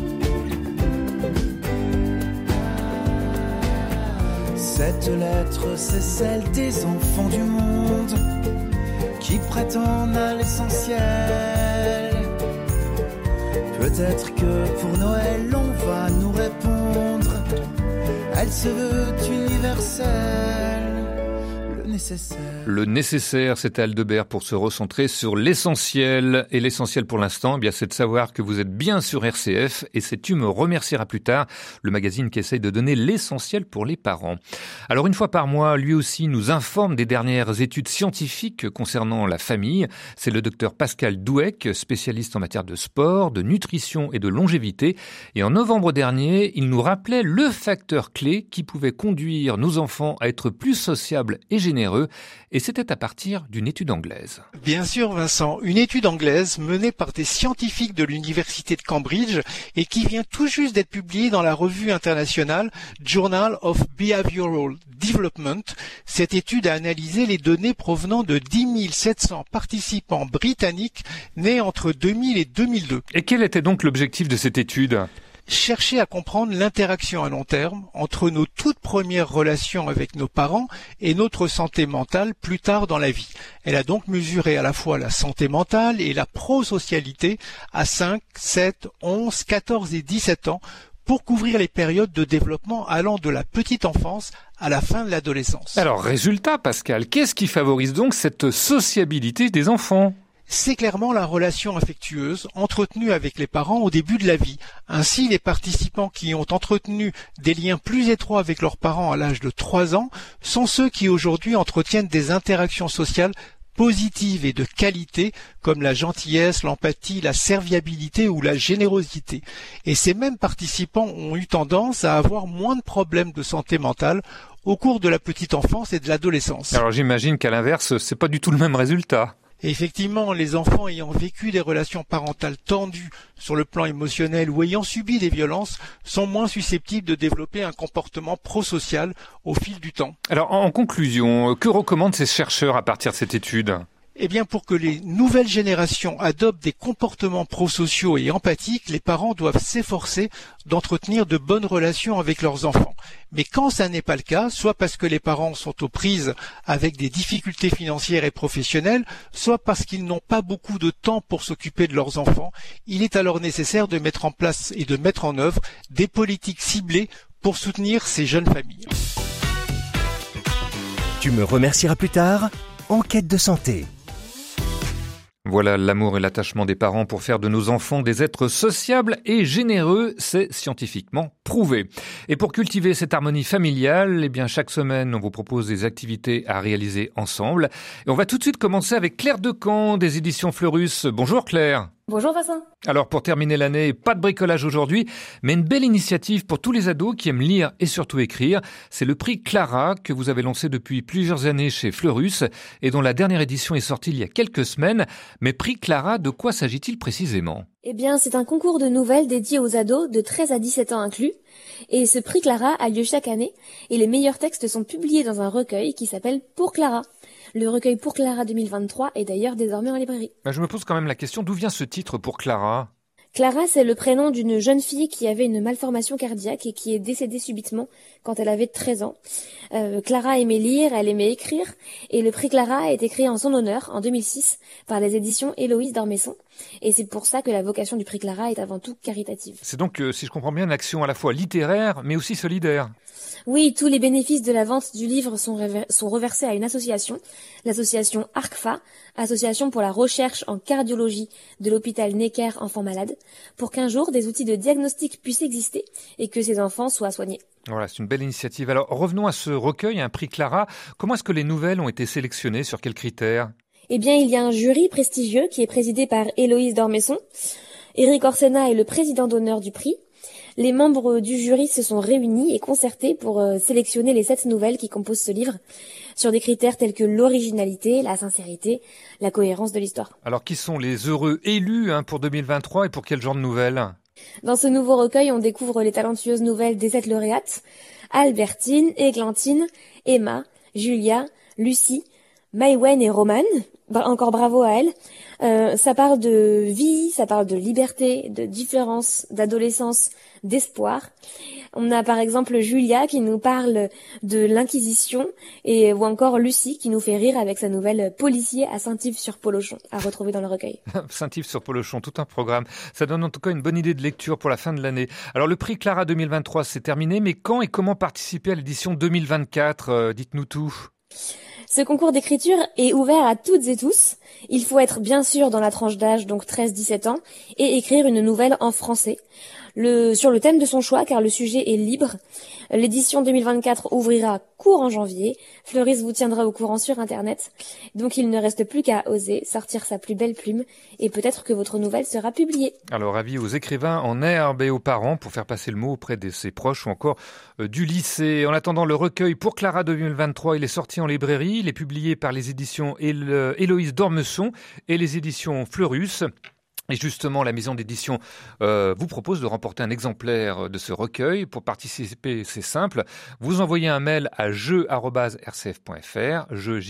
Cette lettre, c'est celle des enfants du monde qui prétendent à l'essentiel. Peut-être que pour Noël, on va nous répondre, elle se veut universelle. Le nécessaire, c'est Aldebert pour se recentrer sur l'essentiel. Et l'essentiel pour l'instant, eh bien, c'est de savoir que vous êtes bien sur RCF et c'est Tu me remercieras plus tard, le magazine qui essaye de donner l'essentiel pour les parents. Alors, une fois par mois, lui aussi nous informe des dernières études scientifiques concernant la famille. C'est le docteur Pascal Douek, spécialiste en matière de sport, de nutrition et de longévité. Et en novembre dernier, il nous rappelait le facteur clé qui pouvait conduire nos enfants à être plus sociables et généreux. Et c'était à partir d'une étude anglaise. Bien sûr, Vincent, une étude anglaise menée par des scientifiques de l'université de Cambridge et qui vient tout juste d'être publiée dans la revue internationale Journal of Behavioral Development. Cette étude a analysé les données provenant de 10 700 participants britanniques nés entre 2000 et 2002. Et quel était donc l'objectif de cette étude ? Chercher à comprendre l'interaction à long terme entre nos toutes premières relations avec nos parents et notre santé mentale plus tard dans la vie. Elle a donc mesuré à la fois la santé mentale et la prosocialité à 5, 7, 11, 14 et 17 ans pour couvrir les périodes de développement allant de la petite enfance à la fin de l'adolescence. Alors, résultat, Pascal, qu'est-ce qui favorise donc cette sociabilité des enfants ? C'est clairement la relation affectueuse entretenue avec les parents au début de la vie. Ainsi, les participants qui ont entretenu des liens plus étroits avec leurs parents à l'âge de 3 ans sont ceux qui aujourd'hui entretiennent des interactions sociales positives et de qualité comme la gentillesse, l'empathie, la serviabilité ou la générosité. Et ces mêmes participants ont eu tendance à avoir moins de problèmes de santé mentale au cours de la petite enfance et de l'adolescence. Alors j'imagine qu'à l'inverse, c'est pas du tout le même résultat. Et effectivement, les enfants ayant vécu des relations parentales tendues sur le plan émotionnel ou ayant subi des violences sont moins susceptibles de développer un comportement prosocial au fil du temps. Alors, en conclusion, que recommandent ces chercheurs à partir de cette étude ? Eh bien, pour que les nouvelles générations adoptent des comportements prosociaux et empathiques, les parents doivent s'efforcer d'entretenir de bonnes relations avec leurs enfants. Mais quand ça n'est pas le cas, soit parce que les parents sont aux prises avec des difficultés financières et professionnelles, soit parce qu'ils n'ont pas beaucoup de temps pour s'occuper de leurs enfants, il est alors nécessaire de mettre en place et de mettre en œuvre des politiques ciblées pour soutenir ces jeunes familles. Tu me remercieras plus tard. Enquête de santé. Voilà l'amour et l'attachement des parents pour faire de nos enfants des êtres sociables et généreux, c'est scientifiquement prouvé. Et pour cultiver cette harmonie familiale, eh bien chaque semaine on vous propose des activités à réaliser ensemble. Et on va tout de suite commencer avec Claire Decamp des éditions Fleurus. Bonjour Claire. Bonjour Vincent. Alors pour terminer l'année, pas de bricolage aujourd'hui, mais une belle initiative pour tous les ados qui aiment lire et surtout écrire. C'est le prix Clara que vous avez lancé depuis plusieurs années chez Fleurus et dont la dernière édition est sortie il y a quelques semaines. Mais prix Clara, de quoi s'agit-il précisément ? Eh bien, c'est un concours de nouvelles dédié aux ados de 13 à 17 ans inclus. Et ce prix Clara a lieu chaque année et les meilleurs textes sont publiés dans un recueil qui s'appelle Pour Clara. Le recueil Pour Clara 2023 est d'ailleurs désormais en librairie. Je me pose quand même la question, d'où vient ce titre Pour Clara ? Clara, c'est le prénom d'une jeune fille qui avait une malformation cardiaque et qui est décédée subitement quand elle avait 13 ans. Clara aimait lire, elle aimait écrire, et le prix Clara a été créé en son honneur en 2006 par les éditions Héloïse d'Ormesson. Et c'est pour ça que la vocation du prix Clara est avant tout caritative. C'est donc, si je comprends bien, une action à la fois littéraire, mais aussi solidaire. Oui, tous les bénéfices de la vente du livre sont reversés à une association, l'association ARCFA, Association pour la recherche en cardiologie de l'hôpital Necker Enfants Malades, pour qu'un jour des outils de diagnostic puissent exister et que ces enfants soient soignés. Voilà, c'est une belle initiative. Alors revenons à ce recueil, un prix Clara. Comment est-ce que les nouvelles ont été sélectionnées ? Sur quels critères ? Eh bien, il y a un jury prestigieux qui est présidé par Héloïse d'Ormesson. Éric Orsena est le président d'honneur du prix. Les membres du jury se sont réunis et concertés pour sélectionner les 7 nouvelles qui composent ce livre, sur des critères tels que l'originalité, la sincérité, la cohérence de l'histoire. Alors qui sont les heureux élus pour 2023 et pour quel genre de nouvelles ? Dans ce nouveau recueil, on découvre les talentueuses nouvelles des 7 lauréates, Albertine, Églantine, Emma, Julia, Lucie, Maïwen et Romane. Encore bravo à elle. Ça parle de vie, ça parle de liberté, de différence, d'adolescence, d'espoir. On a par exemple Julia qui nous parle de l'Inquisition ou encore Lucie qui nous fait rire avec sa nouvelle Policier à Saint-Yves-sur-Polochon à retrouver dans le recueil. Saint-Yves-sur-Polochon, tout un programme. Ça donne en tout cas une bonne idée de lecture pour la fin de l'année. Alors le prix Clara 2023 c'est terminé, mais quand et comment participer à l'édition 2024 ? Dites-nous tout. Ce concours d'écriture est ouvert à toutes et tous. Il faut être bien sûr dans la tranche d'âge, donc 13-17 ans, et écrire une nouvelle en français. Sur le thème de son choix, car le sujet est libre. L'édition 2024 ouvrira court en janvier. Fleurus vous tiendra au courant sur Internet. Donc il ne reste plus qu'à oser sortir sa plus belle plume et peut-être que votre nouvelle sera publiée. Alors avis aux écrivains en herbe et aux parents pour faire passer le mot auprès de ses proches ou encore du lycée. En attendant le recueil Pour Clara 2023, il est sorti en librairie. Il est publié par les éditions Héloïse d'Ormesson et les éditions Fleurus. Et justement, la maison d'édition vous propose de remporter un exemplaire de ce recueil. Pour participer, c'est simple. Vous envoyez un mail à jeu@rcf.fr,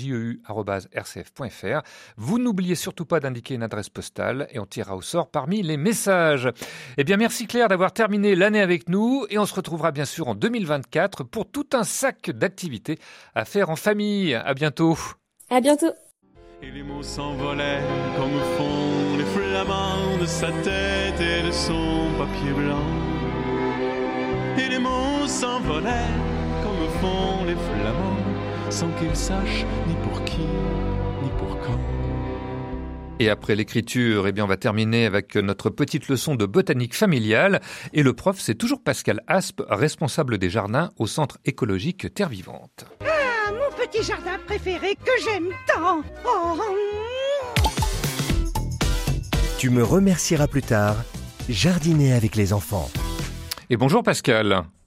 jeu@rcf.fr. Vous n'oubliez surtout pas d'indiquer une adresse postale et on tirera au sort parmi les messages. Eh bien, merci Claire d'avoir terminé l'année avec nous et on se retrouvera bien sûr en 2024 pour tout un sac d'activités à faire en famille. À bientôt. À bientôt. Et les mots s'envolaient comme font les flamants de sa tête et de son papier blanc. Et les mots s'envolaient comme font les flamands, sans qu'ils sachent ni pour qui, ni pour quand. Et après l'écriture, eh bien, on va terminer avec notre petite leçon de botanique familiale. Et le prof, c'est toujours Pascal Aspe, responsable des jardins au Centre écologique Terre Vivante. Mon petit jardin préféré que j'aime tant. Oh. Tu me remercieras plus tard. Jardiner avec les enfants. Et bonjour Pascal.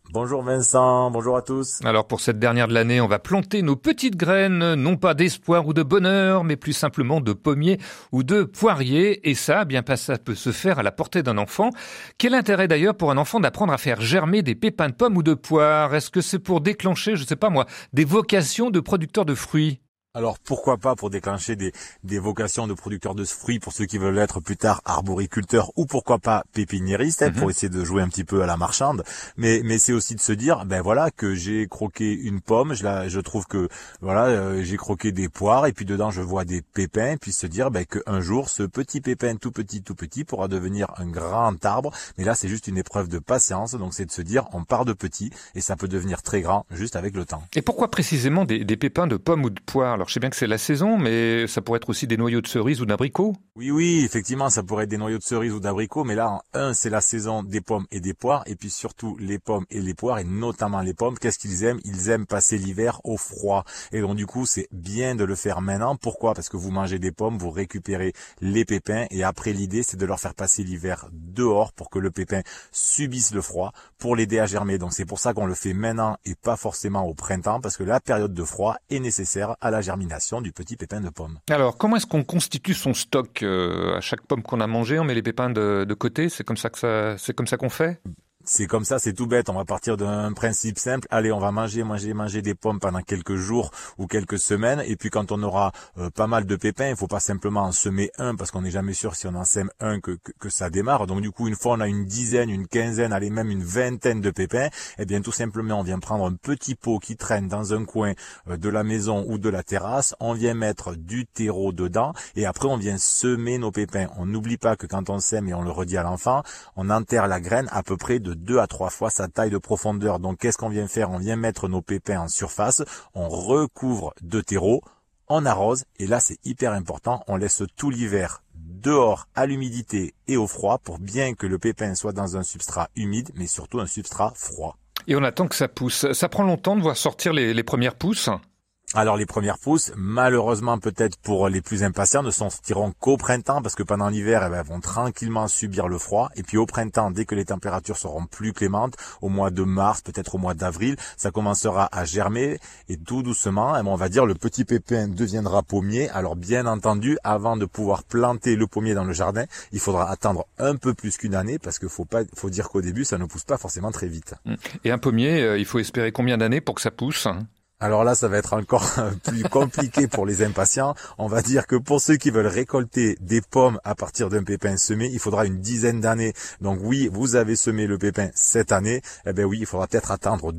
Bonjour Vincent, bonjour à tous. Alors pour cette dernière de l'année, on va planter nos petites graines, non pas d'espoir ou de bonheur, mais plus simplement de pommiers ou de poiriers. Et ça, bien pas, ça peut se faire à la portée d'un enfant. Quel intérêt d'ailleurs pour un enfant d'apprendre à faire germer des pépins de pommes ou de poires? Est-ce que c'est pour déclencher, je sais pas moi, des vocations de producteurs de fruits? Alors pourquoi pas pour déclencher des vocations de producteurs de fruits pour ceux qui veulent être plus tard arboriculteurs ou pourquoi pas pépiniéristes pour essayer de jouer un petit peu à la marchande. Mais c'est aussi de se dire voilà que j'ai croqué une pomme, je trouve que j'ai croqué des poires et puis dedans je vois des pépins, puis se dire qu'un jour ce petit pépin tout petit pourra devenir un grand arbre. Mais là c'est juste une épreuve de patience, donc c'est de se dire on part de petit et ça peut devenir très grand juste avec le temps. Et pourquoi précisément des pépins de pommes ou de poires? Alors je sais bien que c'est la saison, mais ça pourrait être aussi des noyaux de cerises ou d'abricots. Oui, effectivement, ça pourrait être des noyaux de cerises ou d'abricots, mais là, c'est la saison des pommes et des poires, et puis surtout les pommes et les poires, et notamment les pommes, qu'est-ce qu'ils aiment? Ils aiment passer l'hiver au froid. Et donc du coup, c'est bien de le faire maintenant. Pourquoi? Parce que vous mangez des pommes, vous récupérez les pépins, et après l'idée, c'est de leur faire passer l'hiver dehors pour que le pépin subisse le froid, pour l'aider à germer. Donc c'est pour ça qu'on le fait maintenant et pas forcément au printemps, parce que la période de froid est nécessaire à la germination du petit pépin de pomme. Alors, comment est-ce qu'on constitue son stock? À chaque pomme qu'on a mangée, on met les pépins de côté? C'est comme ça qu'on fait? C'est comme ça, c'est tout bête. On va partir d'un principe simple. Allez, on va manger des pommes pendant quelques jours ou quelques semaines. Et puis quand on aura pas mal de pépins, il faut pas simplement en semer un parce qu'on n'est jamais sûr si on en sème un que ça démarre. Donc du coup, une fois on a une dizaine, une quinzaine, allez même une vingtaine de pépins, eh bien tout simplement on vient prendre un petit pot qui traîne dans un coin de la maison ou de la terrasse. On vient mettre du terreau dedans et après on vient semer nos pépins. On n'oublie pas que quand on sème, et on le redit à l'enfant, on enterre la graine à peu près de 2 à 3 fois sa taille de profondeur. Donc qu'est-ce qu'on vient faire? On vient mettre nos pépins en surface, on recouvre de terreau, on arrose et là c'est hyper important, on laisse tout l'hiver dehors à l'humidité et au froid pour bien que le pépin soit dans un substrat humide mais surtout un substrat froid. Et on attend que ça pousse. Ça prend longtemps de voir sortir les premières pousses? Alors les premières pousses, malheureusement peut-être pour les plus impatients, ne sortiront qu'au printemps parce que pendant l'hiver, elles vont tranquillement subir le froid. Et puis au printemps, dès que les températures seront plus clémentes, au mois de mars, peut-être au mois d'avril, ça commencera à germer et tout doucement, on va dire, le petit pépin deviendra pommier. Alors bien entendu, avant de pouvoir planter le pommier dans le jardin, il faudra attendre un peu plus qu'une année parce qu'il faut dire qu'au début, ça ne pousse pas forcément très vite. Et un pommier, il faut espérer combien d'années pour que ça pousse? Alors là, ça va être encore plus compliqué pour les impatients. On va dire que pour ceux qui veulent récolter des pommes à partir d'un pépin semé, il faudra une dizaine d'années. Donc oui, vous avez semé le pépin cette année. Eh bien oui, il faudra peut-être attendre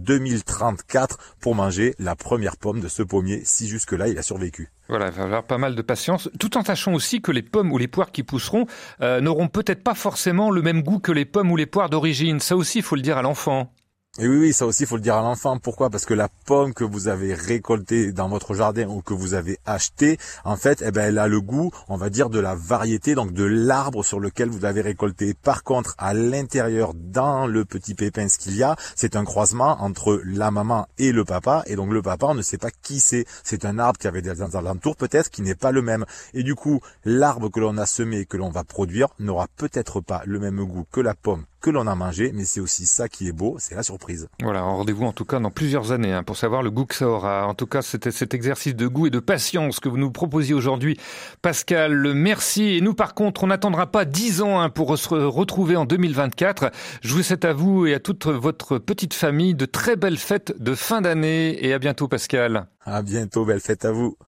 2034 pour manger la première pomme de ce pommier, si jusque-là il a survécu. Voilà, il va falloir pas mal de patience, tout en sachant aussi que les pommes ou les poires qui pousseront n'auront peut-être pas forcément le même goût que les pommes ou les poires d'origine. Ça aussi, il faut le dire à l'enfant. Et oui, ça aussi, il faut le dire à l'enfant. Pourquoi? Parce que la pomme que vous avez récoltée dans votre jardin ou que vous avez achetée, en fait, elle a le goût, on va dire, de la variété, donc de l'arbre sur lequel vous l'avez récolté. Par contre, à l'intérieur, dans le petit pépin, ce qu'il y a, c'est un croisement entre la maman et le papa. Et donc, le papa, on ne sait pas qui c'est. C'est un arbre qui avait des alentours, peut-être, qui n'est pas le même. Et du coup, l'arbre que l'on a semé, que l'on va produire, n'aura peut-être pas le même goût que la pomme que l'on a mangé, mais c'est aussi ça qui est beau, c'est la surprise. Voilà, rendez-vous en tout cas dans plusieurs années pour savoir le goût que ça aura. En tout cas, c'était cet exercice de goût et de patience que vous nous proposiez aujourd'hui. Pascal, merci. Et nous, par contre, on n'attendra pas 10 ans pour se retrouver en 2024. Je vous souhaite à vous et à toute votre petite famille de très belles fêtes de fin d'année. Et à bientôt, Pascal. À bientôt, belle fête à vous.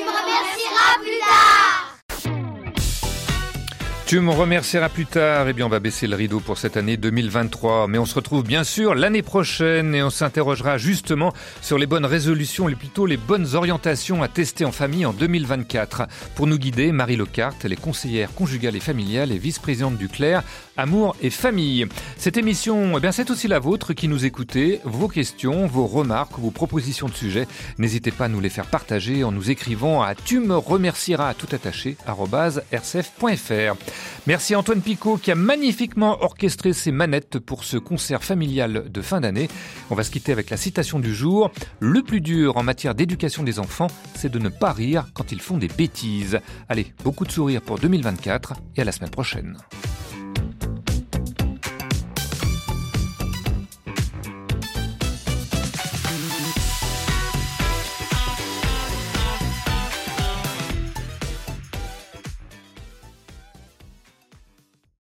Tu me remercieras plus tard. Eh bien, on va baisser le rideau pour cette année 2023. Mais on se retrouve bien sûr l'année prochaine et on s'interrogera justement sur les bonnes résolutions, plutôt les bonnes orientations à tester en famille en 2024. Pour nous guider, Marie Locarte, elle est conseillère conjugale et familiale et vice-présidente du CLER, Amour et Famille. Cette émission, eh bien, c'est aussi la vôtre qui nous écoutez. Vos questions, vos remarques, vos propositions de sujets, n'hésitez pas à nous les faire partager en nous écrivant à tu me remercieras tout attaché @rcf.fr. Merci à Antoine Picot qui a magnifiquement orchestré ses manettes pour ce concert familial de fin d'année. On va se quitter avec la citation du jour. Le plus dur en matière d'éducation des enfants, c'est de ne pas rire quand ils font des bêtises. Allez, beaucoup de sourires pour 2024 et à la semaine prochaine.